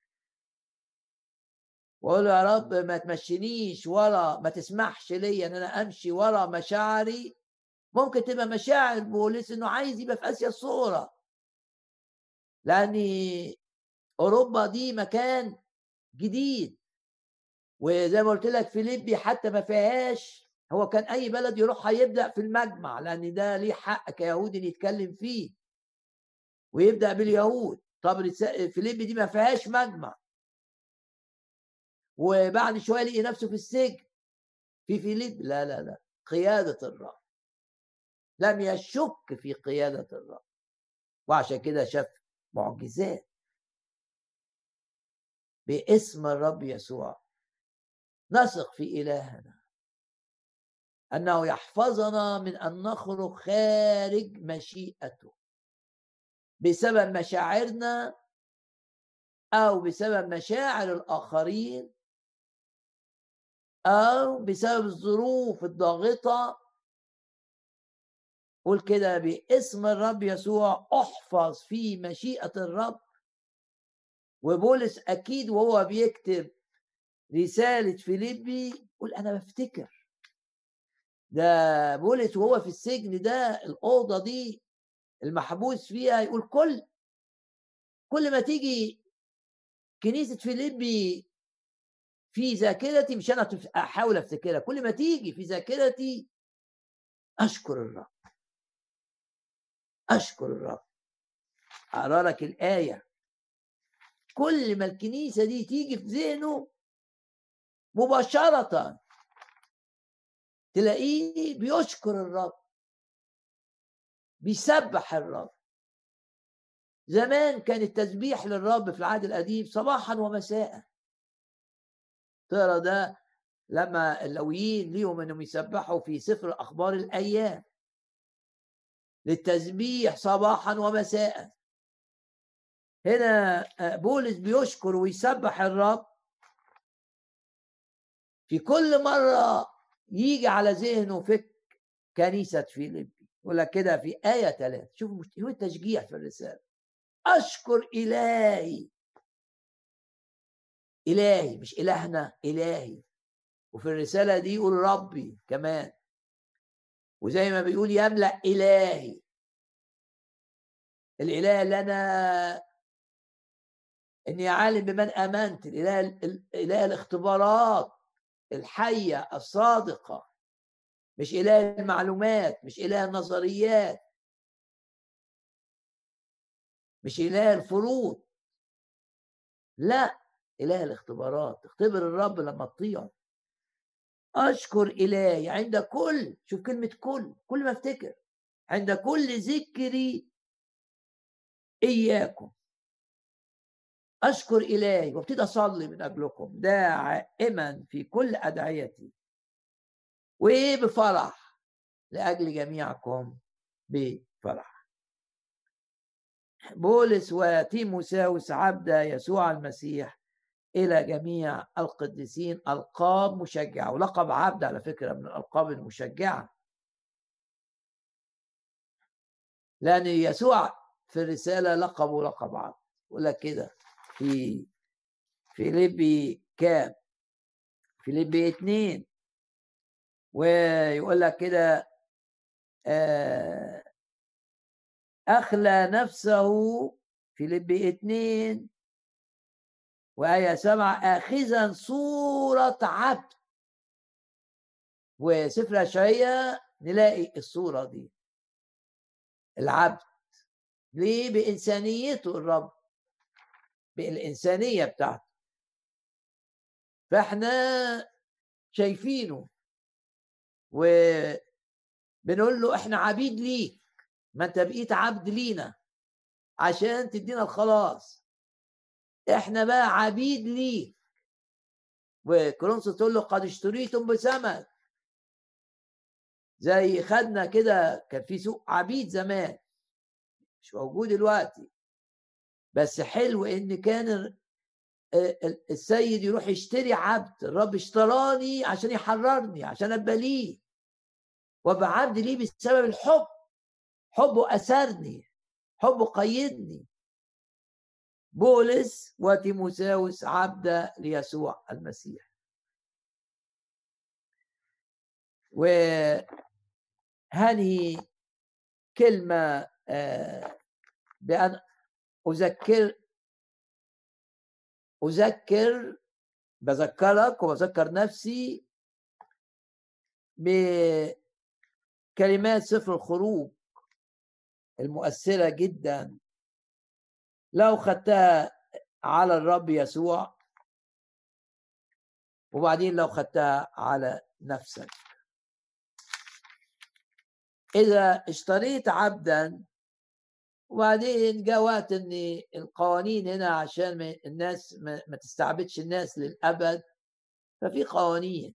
وقول له يا رب ما تمشينيش ورا، ما تسمحش لي ان انا امشي ورا مشاعري. ممكن تبقى مشاعر بولس انه عايز يبقى في اسيا الصغرى، لان اوروبا دي مكان جديد، وزي ما قلت لك فيليبي حتى ما فيهاش، هو كان اي بلد يروح هيبدا في المجمع، لان ده ليه حق كيهودي يتكلم فيه ويبدا باليهود. طب فيليبي دي ما فيهاش مجمع، وبعد شويه لقي نفسه في السجن في فيليب. لا لا لا، قياده الرب، لم يشك في قياده الرب، وعشان كده شاف معجزات باسم الرب يسوع. نثق في إلهنا أنه يحفظنا من أن نخرج خارج مشيئته بسبب مشاعرنا أو بسبب مشاعر الآخرين أو بسبب الظروف الضاغطة. قول كده باسم الرب يسوع احفظ في مشيئة الرب. وبولس أكيد وهو بيكتب رسالة فيليبي قول أنا بفتكر ده بولس وهو في السجن ده، الأوضة دي المحبوس فيها، يقول كل ما تيجي كنيسة فيليبي في ذاكرتي، مش أنا أحاول أفتكرها، كل ما تيجي في ذاكرتي أشكر الرب، أشكر الرب. أقرأ لك الآية. كل ما الكنيسة دي تيجي في ذهنه مباشرة تلاقيه بيشكر الرب، بيسبح الرب. زمان كان التسبيح للرب في العهد القديم صباحا ومساء. ترى ده لما اللويين ليهم انهم يسبحوا في سفر اخبار الايام للتسبيح صباحا ومساء. هنا بولس بيشكر ويسبح الرب في كل مرة يجي على ذهنه فكر كنيسة فيليبي. يقول لك كده في آية 3، شوفوا هو التشجيع في الرسالة. أشكر إلهي، إلهي مش إلهنا، إلهي. وفي الرسالة دي يقول ربي كمان، وزي ما بيقول يملأ إلهي، الإله اللي أنا إني عالم بمن آمنت، الإله الاختبارات الحية الصادقة، مش إله المعلومات، مش إله النظريات، مش إله الفروض، لا، إله الاختبارات. اختبر الرب لما تطيعه. أشكر إلهي عند كل، شوف كلمة كل ما افتكر، عند كل ذكري إياكم. أشكر إلهي وابتدي أصلي من أجلكم دائما في كل أدعيتي وبفرح لأجل جميعكم بفرح. بولس وتيموثاوس عبد يسوع المسيح إلى جميع القديسين ألقاب مشجعة. ولقب عبد على فكرة من الألقاب المشجعة، لأن يسوع في الرسالة لقبه لقب عبد. يقول لك كده في فيليبي كام، فيليبي 2، ويقول لك كده أخلى نفسه، فيليبي 2 وآية 7، آخذا صورة عبد. وسفر أشعياء نلاقي الصورة دي، العبد. ليه؟ بإنسانيته الرب، بالإنسانية بتاعته. فإحنا شايفينه وبنقول له إحنا عبيد ليك، ما أنت بقيت عبد لينا عشان تدينا الخلاص، إحنا بقى عبيد ليك. وكورنثوس تقول له قد اشتريتم بثمن. زي خدنا كده، كان في سوق عبيد زمان مش موجود دلوقتي، بس حلو ان كان السيد يروح يشتري عبد. الرب اشتراني عشان يحررني، عشان ابقى ليه وابقى عبد ليه بسبب الحب. حبه اسرني، حبه قيدني. بولس وتيموثاوس عبد ليسوع المسيح. وهذه كلمة بأن بذكرك وبذكر نفسي بكلمات سفر الخروج المؤثرة جدا لو خدتها على الرب يسوع، وبعدين لو خدتها على نفسك. إذا اشتريت عبدا وبعدين جاء وقت ان القوانين هنا عشان الناس ما تستعبدش الناس للأبد، ففي قوانين.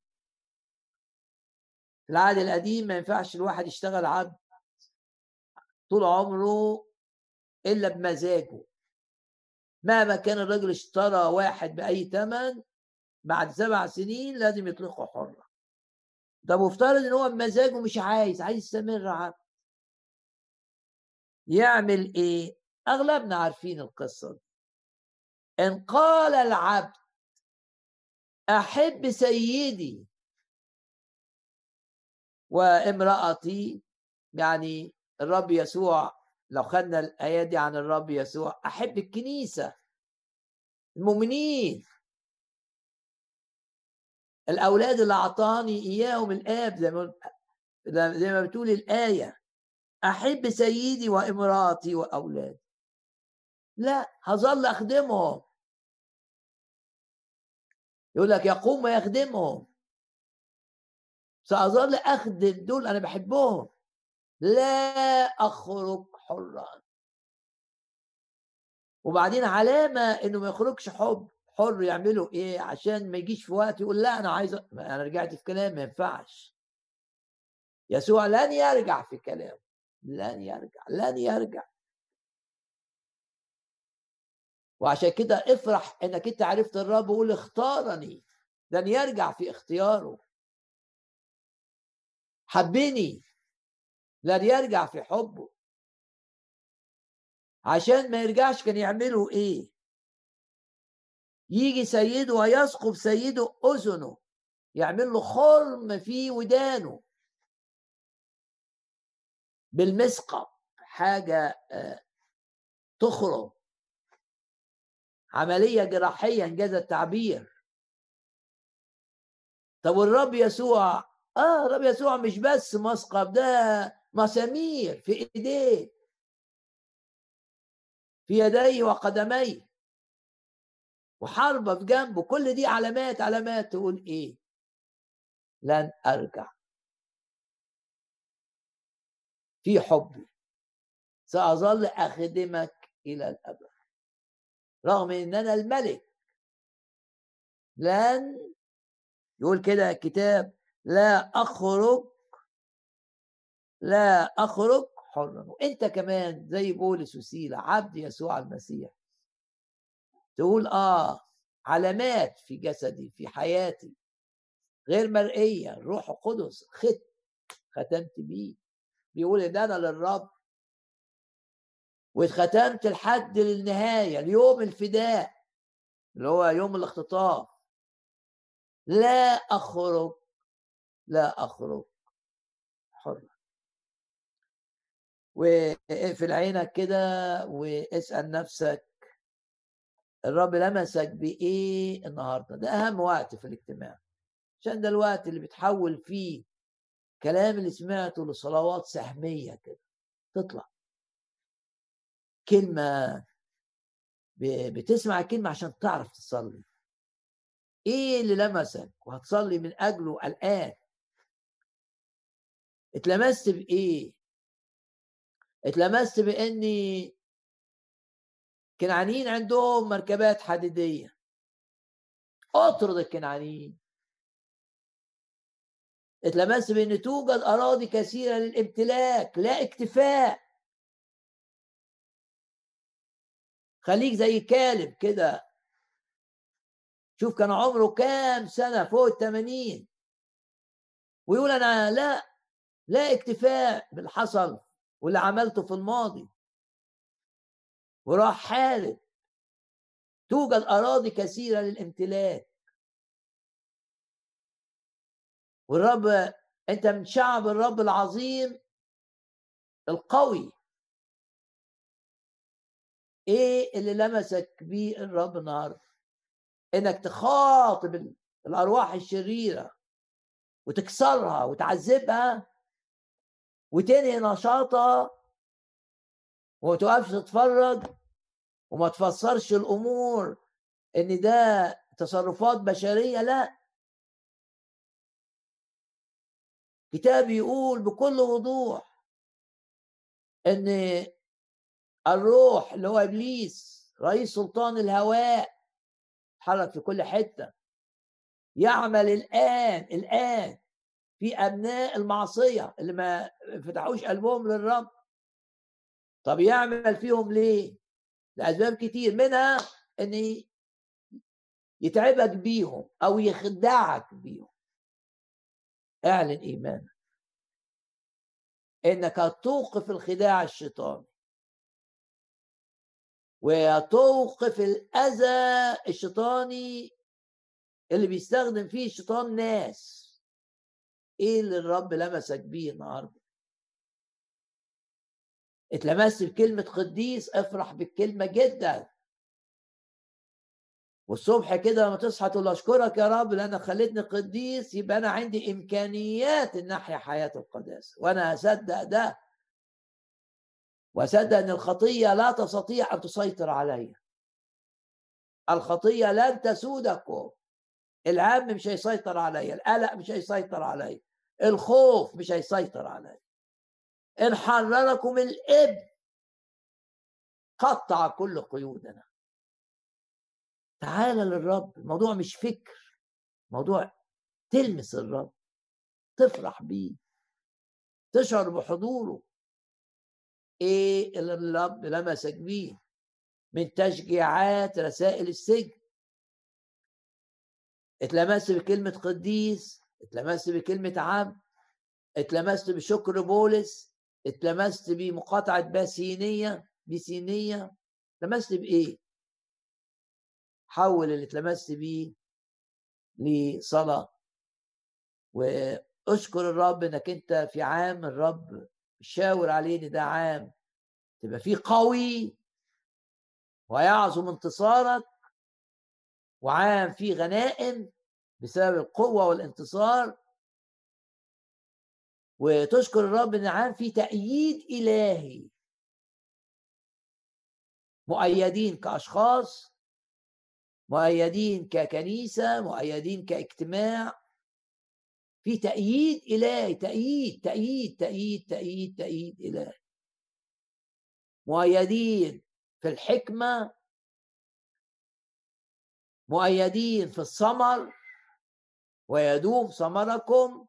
في العهد القديم ما ينفعش الواحد يشتغل عبد طول عمره إلا بمزاجه. مهما كان الرجل اشترى واحد بأي ثمن، بعد 7 سنين لازم يطلقه حرة. طب مفترض ان هو بمزاجه مش عايز يستمر عبد، يعمل ايه؟ اغلبنا عارفين القصة دي. ان قال العبد احب سيدي وامرأتي، يعني الرب يسوع، لو خدنا الآيات دي عن الرب يسوع، احب الكنيسة، المؤمنين، الاولاد اللي اعطاني اياهم الاب، زي ما بتقول الآية، احب سيدي وامرأتي واولادي. لا، هظل اخدمهم. يقول لك يقوم ويخدمهم، سأظل أخدم دول، أنا بحبهم، لا أخرج حرا. وبعدين علامة إنه ما يخرجش حر يعملوا إيه عشان ما يجيش في وقت يقول لا أنا عايز أنا رجعت في كلام. ما ينفعش. يسوع لن يرجع في كلامه، لن يرجع، لن يرجع. وعشان كده افرح إنك أنت عرفت الرب وقول اختارني. لن يرجع في اختياره. حبني، لن يرجع في حبه. عشان ما يرجعش كان يعملوا ايه؟ يجي سيده ويثقب سيده اذنه، يعمل له خرم في ودانه بالمسقط، حاجه تخرم، عمليه جراحيه انجاز التعبير. طب والرب يسوع، الرب يسوع مش بس مسقط، ده مسامير في ايديه، في يديه وقدميه، وحربة في جنبه. كل دي علامات، علامات تقول ايه؟ لن ارجع في حبي، ساظل اخدمك الى الابد رغم ان انا الملك. لن، يقول كده الكتاب، لا اخرج حرا. وانت كمان زي بولس وسيلة عبد يسوع المسيح، تقول علامات في جسدي في حياتي غير مرئية. الروح القدس ختمت بيه، بيقول إن أنا للرب، واتختمت لحد النهاية، اليوم الفداء اللي هو يوم الاختطاف. لا أخرج، لا أخرج حر. واقفل عينك كده واسأل نفسك، الرب لمسك بإيه النهاردة؟ ده أهم وقت في الاجتماع، عشان ده الوقت اللي بتحول فيه كلام اللي سمعته لصلوات سهمية كده، تطلع كلمة، بتسمع كلمة عشان تعرف تصلي. ايه اللي لمسك وهتصلي من اجله الآن؟ اتلمست بايه؟ اتلمست باني كنعانيين عندهم مركبات حديدية، اطرد الكنعانيين. اتلمست بان توجد اراضي كثيرة للامتلاك لا اكتفاء. خليك زي كالب كده، شوف كان عمره كام سنة، فوق 80، ويقول انا لا اكتفاء باللي حصل واللي عملته في الماضي، وراح حارب. توجد أراضي كثيرة للامتلاك، والرب، أنت من شعب الرب العظيم القوي. إيه اللي لمسك بيه الرب النهاردة؟ إنك تخاطب الأرواح الشريرة وتكسرها وتعذبها وتنهي نشاطها، وما تقفش تتفرج وما تفسرش الأمور إن ده تصرفات بشرية. لا، كتاب يقول بكل وضوح ان الروح اللي هو ابليس رئيس سلطان الهواء حرك في كل حته، يعمل الان في ابناء المعصيه اللي ما فتحوش قلبهم للرب. طب يعمل فيهم ليه؟ لاسباب كتير، منها ان يتعبك بيهم او يخدعك بيهم. اعلن ايمانك انك هتوقف الخداع الشيطاني وتوقف الأذى الشيطاني اللي بيستخدم فيه الشيطان ناس. ايه اللي الرب لمسك بيه النهارده؟ اتلمست بكلمة قديس، افرح بالكلمة جدا، والصبح كده لما تصحى تقول اشكرك يا رب لانك خليتني قديس، يبقى انا عندي امكانيات ان احيا حياة القداسة. وانا اصدق ده، واصدق ان الخطية لا تستطيع ان تسيطر علي. الخطية لن تسودكم، الهم مش هيسيطر عليا، القلق مش هيسيطر عليا، الخوف مش هيسيطر عليا. ان حرركم الابن قطع كل قيودنا. تعال للرب، الموضوع مش فكر، موضوع تلمس الرب، تفرح بيه، تشعر بحضوره. ايه اللي الرب لمسك بيه؟ من تشجيعات رسائل السجن، اتلمست بكلمة قديس، اتلمست بكلمة عبد، اتلمست بشكر بولس، اتلمست بمقاطعة بسينية. اتلمست بإيه؟ حول اللي اتلمست بيه لصلاة، واشكر الرب انك انت في عام الرب شاور عليه ان ده عام تبقى فيه قوي ويعظم انتصارك، وعام فيه غنائم بسبب القوة والانتصار. وتشكر الرب ان عام فيه تأييد إلهي، مؤيدين كأشخاص، مؤيدين ككنيسة، مؤيدين كاجتماع، في تأييد إلهي، تأييد إلهي. مؤيدين في الحكمة، مؤيدين في الثمر، ويدوم ثمركم.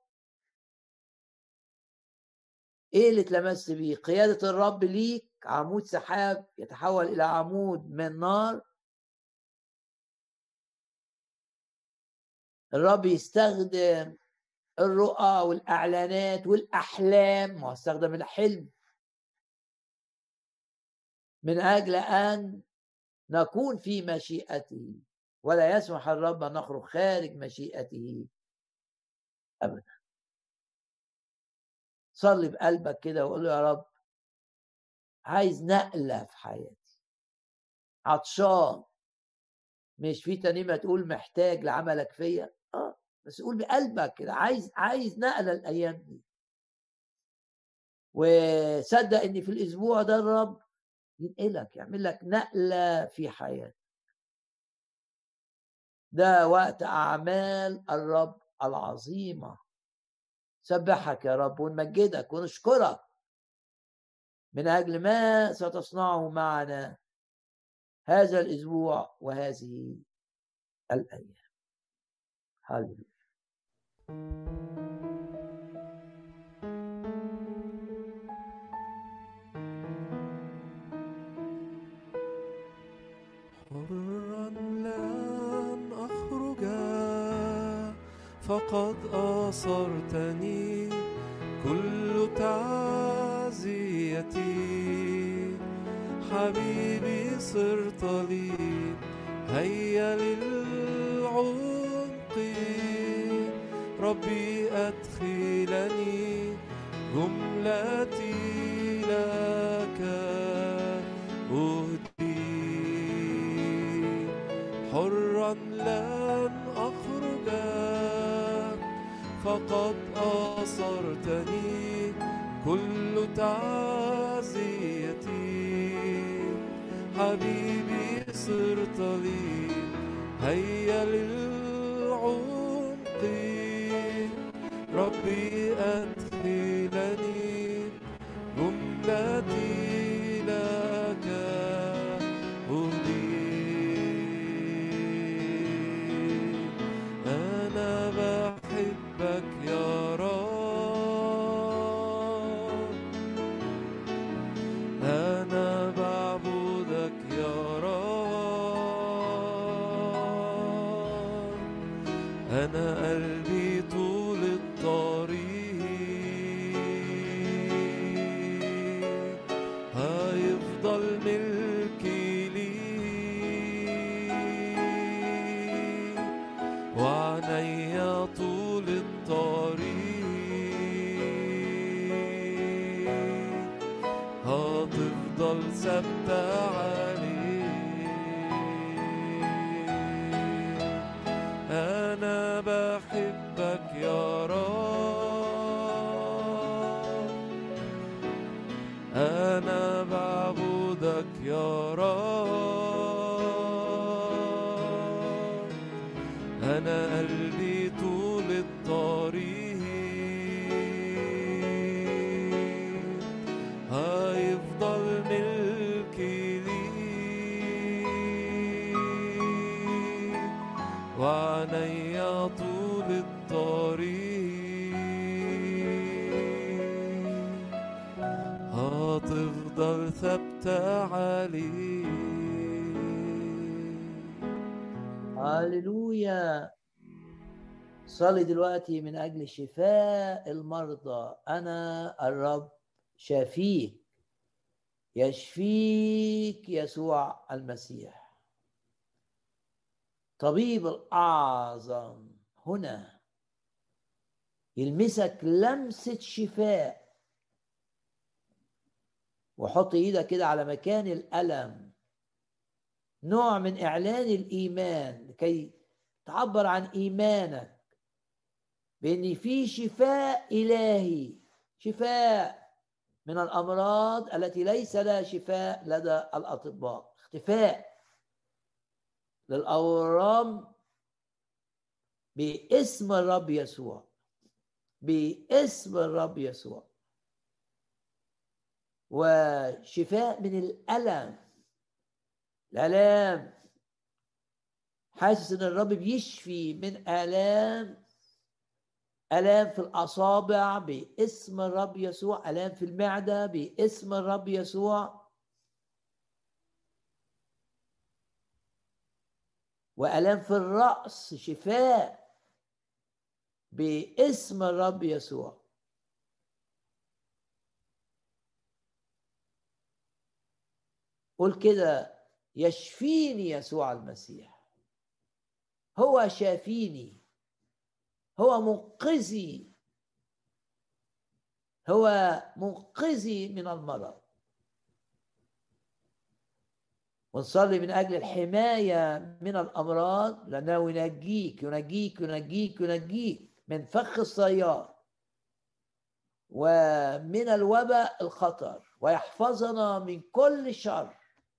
ايه اللي اتلمست بيه؟ قيادة الرب ليك، عمود سحاب يتحول إلى عمود من نار، الرب يستخدم الرؤى والإعلانات والأحلام، ما هو استخدم الحلم من أجل أن نكون في مشيئته، ولا يسمح الرب أن نخرج خارج مشيئته أبدا. صلي بقلبك كده وقول له يا رب عايز نقلة في حياتي، عطشان، مش في ترنيمة تقول محتاج لعملك فيا، بس قول بقلبك كده عايز نقلة الأيام دي، وصدق إن في الأسبوع ده الرب ينقلك، يعمل لك نقلة في حياتك. ده وقت أعمال الرب العظيمة. سبحك يا رب ونمجدك ونشكرك من أجل ما ستصنعه معنا هذا الأسبوع وهذه الأيام. هللويا. حرا لن أخرج فقد أصرتني كل تعزيتي، حبيبي صرت لي هيا للعمق، ربي أدخلني جملتي لك أهدي. حرا لن أخرج فقد أصرتني كل تعزيتي، حبيبي صرت لي هيا للعمق، ربي أدخلني جملتي لك أهدي. أنا بحبك يا رب، أنا بعبدك يا رب، أنا قلبي طول الطريق هيفضل ملكي ليك، وعنيا طول الطريق هتفضل ثابتة عليك. أنا بحبك يا رب، أنا بعبدك يا رب، أنا قلبي طول الطريق هيفضل ملكي ليك، وعنيا طول الطريق هتفضل ثابتة عليك. هللويا. صلي دلوقتي من أجل شفاء المرضى. أنا الرب شافيك، يشفيك يسوع المسيح طبيب الأعظم هنا، يلمسك لمسة شفاء، وحط ايدك كده على مكان الألم، نوع من إعلان الإيمان لكي تعبر عن إيمانك بأن في شفاء إلهي، شفاء من الأمراض التي ليس لها شفاء لدى الأطباء، اختفاء للأورام باسم الرب يسوع، باسم الرب يسوع، وشفاء من الألم. حاسس ان الرب بيشفي من آلام في الأصابع باسم الرب يسوع، آلام في المعدة باسم الرب يسوع، وآلام في الرأس، شفاء باسم الرب يسوع. قول كده: يشفيني يسوع المسيح، هو شافيني، هو منقذي، هو منقذي من المرض. ونصلي من أجل الحماية من الأمراض، لأنه ينجيك ينجيك ينجيك ينجيك من فخ الصياد ومن الوباء الخطر، ويحفظنا من كل شر.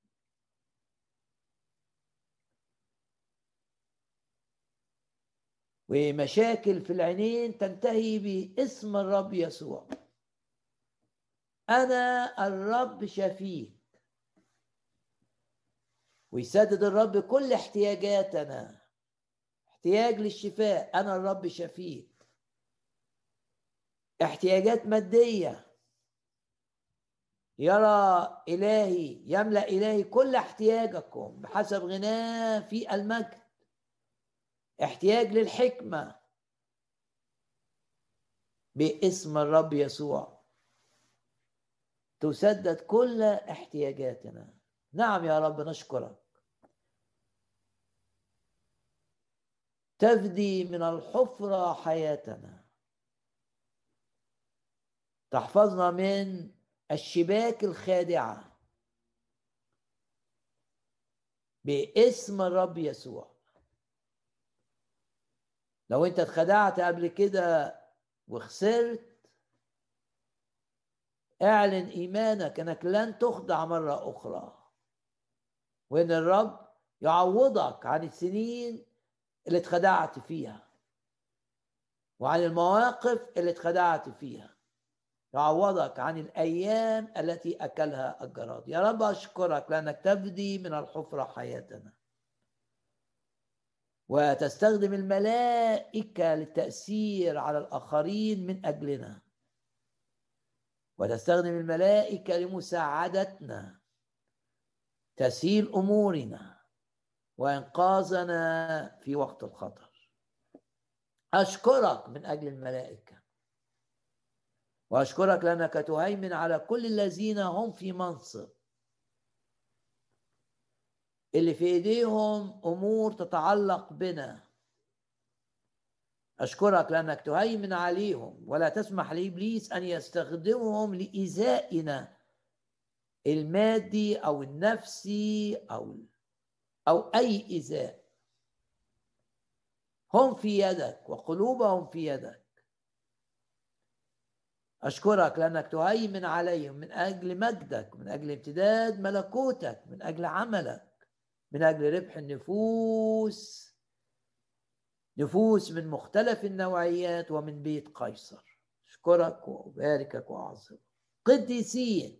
ومشاكل في العينين تنتهي باسم الرب يسوع. أنا الرب شفيك. ويسدد الرب كل احتياجاتنا، احتياج للشفاء، أنا الرب شفيك. احتياجات مادية، يرى إلهي، يملأ إلهي كل احتياجكم بحسب غناه في المجد. احتياج للحكمة باسم الرب يسوع تسدد كل احتياجاتنا. نعم يا رب، نشكرك. تفدي من الحفرة حياتنا، تحفظنا من الشباك الخادعة باسم الرب يسوع. لو انت اتخدعت قبل كده وخسرت، اعلن ايمانك انك لن تخدع مرة اخرى، وان الرب يعوضك عن السنين اللي اتخدعت فيها وعن المواقف اللي اتخدعت فيها. يعوضك عن الايام التي اكلها الجراد. يا رب اشكرك لانك تفدي من الحفرة حياتنا، وتستخدم الملائكة للتأثير على الآخرين من أجلنا، وتستخدم الملائكة لمساعدتنا، تسهيل أمورنا وإنقاذنا في وقت الخطر. أشكرك من أجل الملائكة، وأشكرك لأنك تهيمن على كل الذين هم في منصب، اللي في إيديهم أمور تتعلق بنا. أشكرك لأنك تهيمن عليهم ولا تسمح لإبليس أن يستخدمهم لإيذائنا المادي أو النفسي أو أي إيذاء. هم في يدك وقلوبهم في يدك. أشكرك لأنك تهيمن عليهم من أجل مجدك، من أجل امتداد ملكوتك، من أجل عملك، من أجل ربح النفوس، نفوس من مختلف النوعيات ومن بيت قيصر. أشكرك وأباركك وأعظمك. قديسين،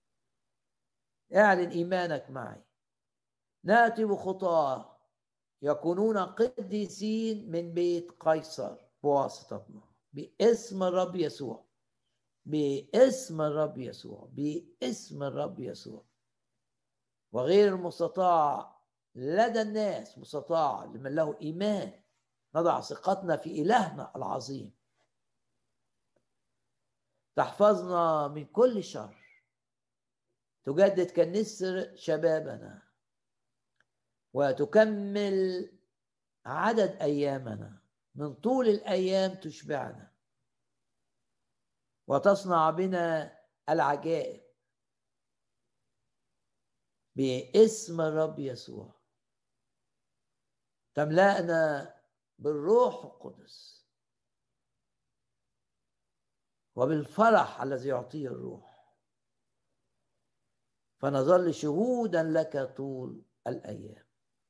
اعلن إيمانك معي. نأتي بخطاه يكونون قديسين من بيت قيصر بواسطتنا، باسم الرب يسوع، باسم الرب يسوع، باسم الرب يسوع. وغير المستطاع لدى الناس مستطاع لمن له إيمان. نضع ثقتنا في إلهنا العظيم. تحفظنا من كل شر، تجدد كالنسر شبابنا، وتكمل عدد أيامنا، من طول الأيام تشبعنا، وتصنع بنا العجائب باسم الرب يسوع. تملأنا بالروح القدس وبالفرح الذي يعطيه الروح، فنظل شهودا لك طول الأيام.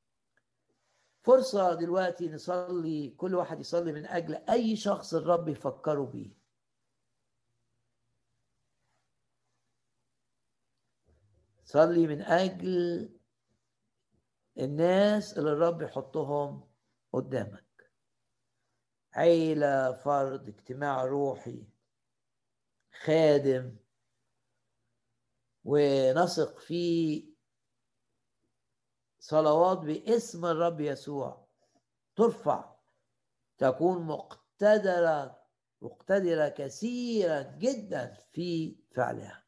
فرصة دلوقتي نصلي، كل واحد يصلي من أجل أي شخص الرب يفكره بيه. صلي من أجل الناس اللي الرب يحطهم قدامك، عيلة، فرد، اجتماع روحي، خادم، ونثق في صلوات باسم الرب يسوع ترفع، تكون مقتدرة كثيرا جدا في فعلها.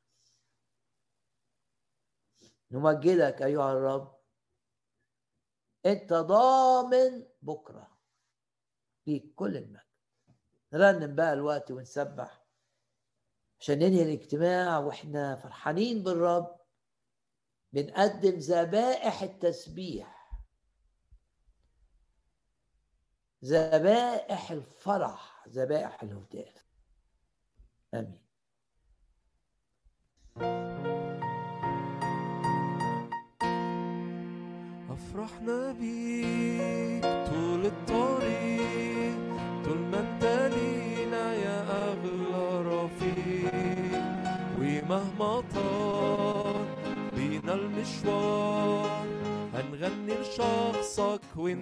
نمجدك أيها الرب، أنت ضامن بكرة في كل المجد. نرنم بقى الوقت ونسبح عشان ننهي الاجتماع واحنا فرحانين بالرب، بنقدم ذبائح التسبيح، ذبائح الفرح، ذبائح الهتاف. آمين. أفرحنا بيك طول الطريق، طول ما انت لينا يا أغلى رفيق، ومهما طال بينا المشوار هنغني لشخصك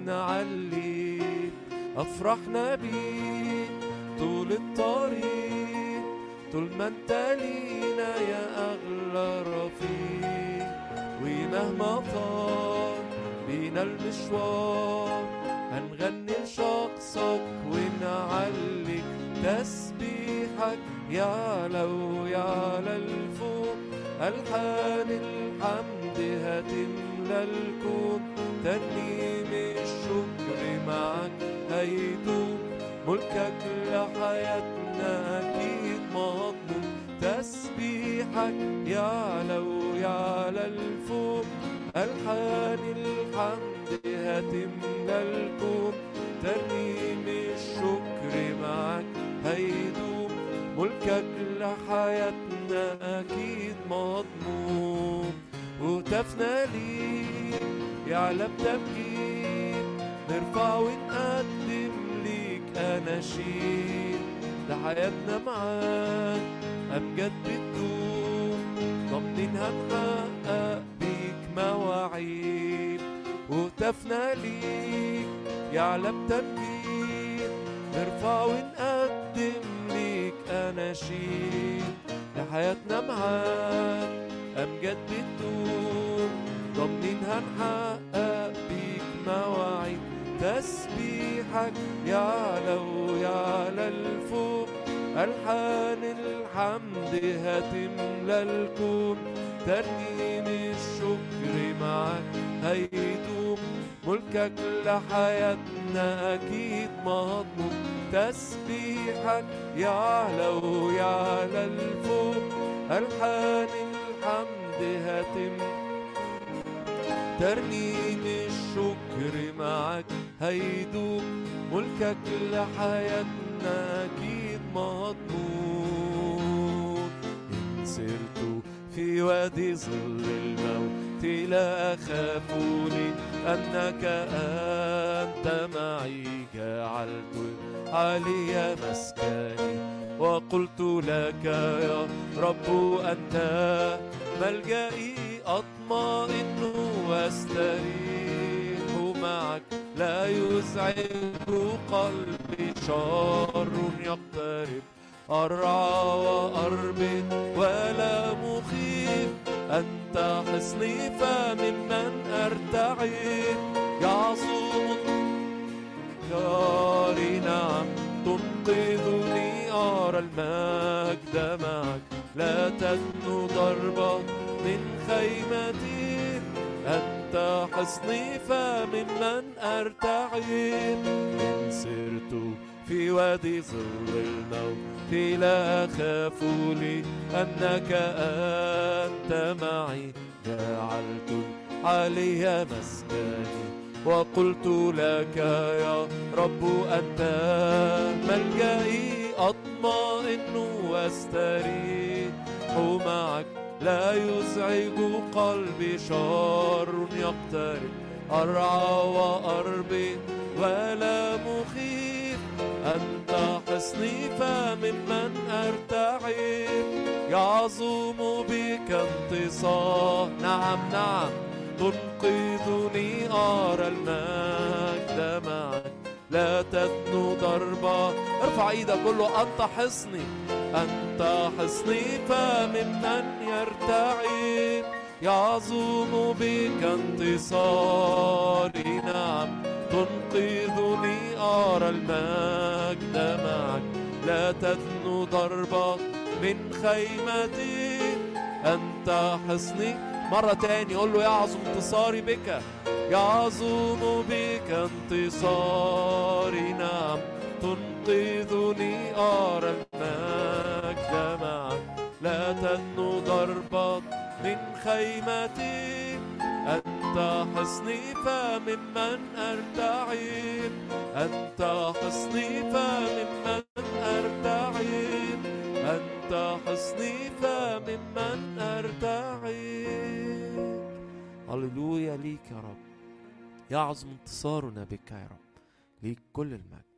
ونعليك. أفرحنا بيك طول الطريق، طول ما انت لينا يا أغلى رفيق، ومهما طال بينا المشوار هنغني لشخصك ونعليك. تسبيحك يعلى ويعلى الفوق، ألحان الحمد هتملى الكون، ترنيم الشكر معك هيدوم، ملكك لحياتنا أكيد مضمون. تسبيحك يعلى ويعلى الفوق، ألحان الحمد هتملى الكون، ترنيم الشكر معك هيدوم، ملكك لحياتنا أكيد مضمون. هتافنا ليك يعلى بتمجيد، نرفع ونقدم ليك أناشيد، لحياتنا معاك أمجاد بتدوم، ضامنين هنحقق بيك مواعيد. هتافنا ليك يعلى بتمجيد، نرفع ونقدم ليك أناشيد، لحياتنا معاك أمجاد بتدوم، ضامنين هنحقق بيك مواعيد. تسبيحك يعلى ويعلى الفوق، ألحان الحمد هتملى الكون، ترنيم الشكر معك هيدوم، ملكك لحياتنا أكيد مضمون. تسبيحك يعلى ويعلى الفوق، ألحان الحمد هتملى، ترنيم الشكر معك هيدوم، ملكك لحياتنا أكيد مضمون. إن سرت في وادي ظل الموت لا أخاف، لأنك أنت معي، جعلت علي مسكني، وقلت لك يا رب أنت ملجئي، أطمئن واستريح معك، لا يزعج قلبي شر يقترب، أرعى وأربد ولا مخيف، أنت حصني فممن أرتعب، يعظم كاري نعم تنقذني، أرى المجد معك، لا تدنو ضربة من خيمتي، أنت حصني فممن أرتعب. إن سرت في وادي ظل الموت لا أخاف، لأنك أنت معي، جعلت علي مسكني، وقلت لك يا رب أنت ملجئي، أطمئن واستريح معك، لا يزعج قلبي شر يقترب، أرعى وأربد ولا مخيف، أنت حصني فممن أرتعب، يعظم بك انتصار، نعم نعم تنقذني، أرى المجد معك، لا تدنو ضربة. ارفع ايدك قول له أنت حصني، أنت حصني فممن يرتعب، يعظم بك انتصاري، نعم تنقذني، أرى المجد معك. تدنو ضربة من خيمتي. أنت حصني. مرة تاني قول له يعظم انتصاري بك، يعظم بك انتصاري. نعم تنقذني أرى المجد معك. لا تدنو ضربة من خيمتي. أنت حصني فممن أرتعب. أنت حصني فممن أرتعب. أنت حصني فممن أرتعب. هللويا ليك يا رب، يعظم انتصارنا بك يا رب، ليك كل المجد.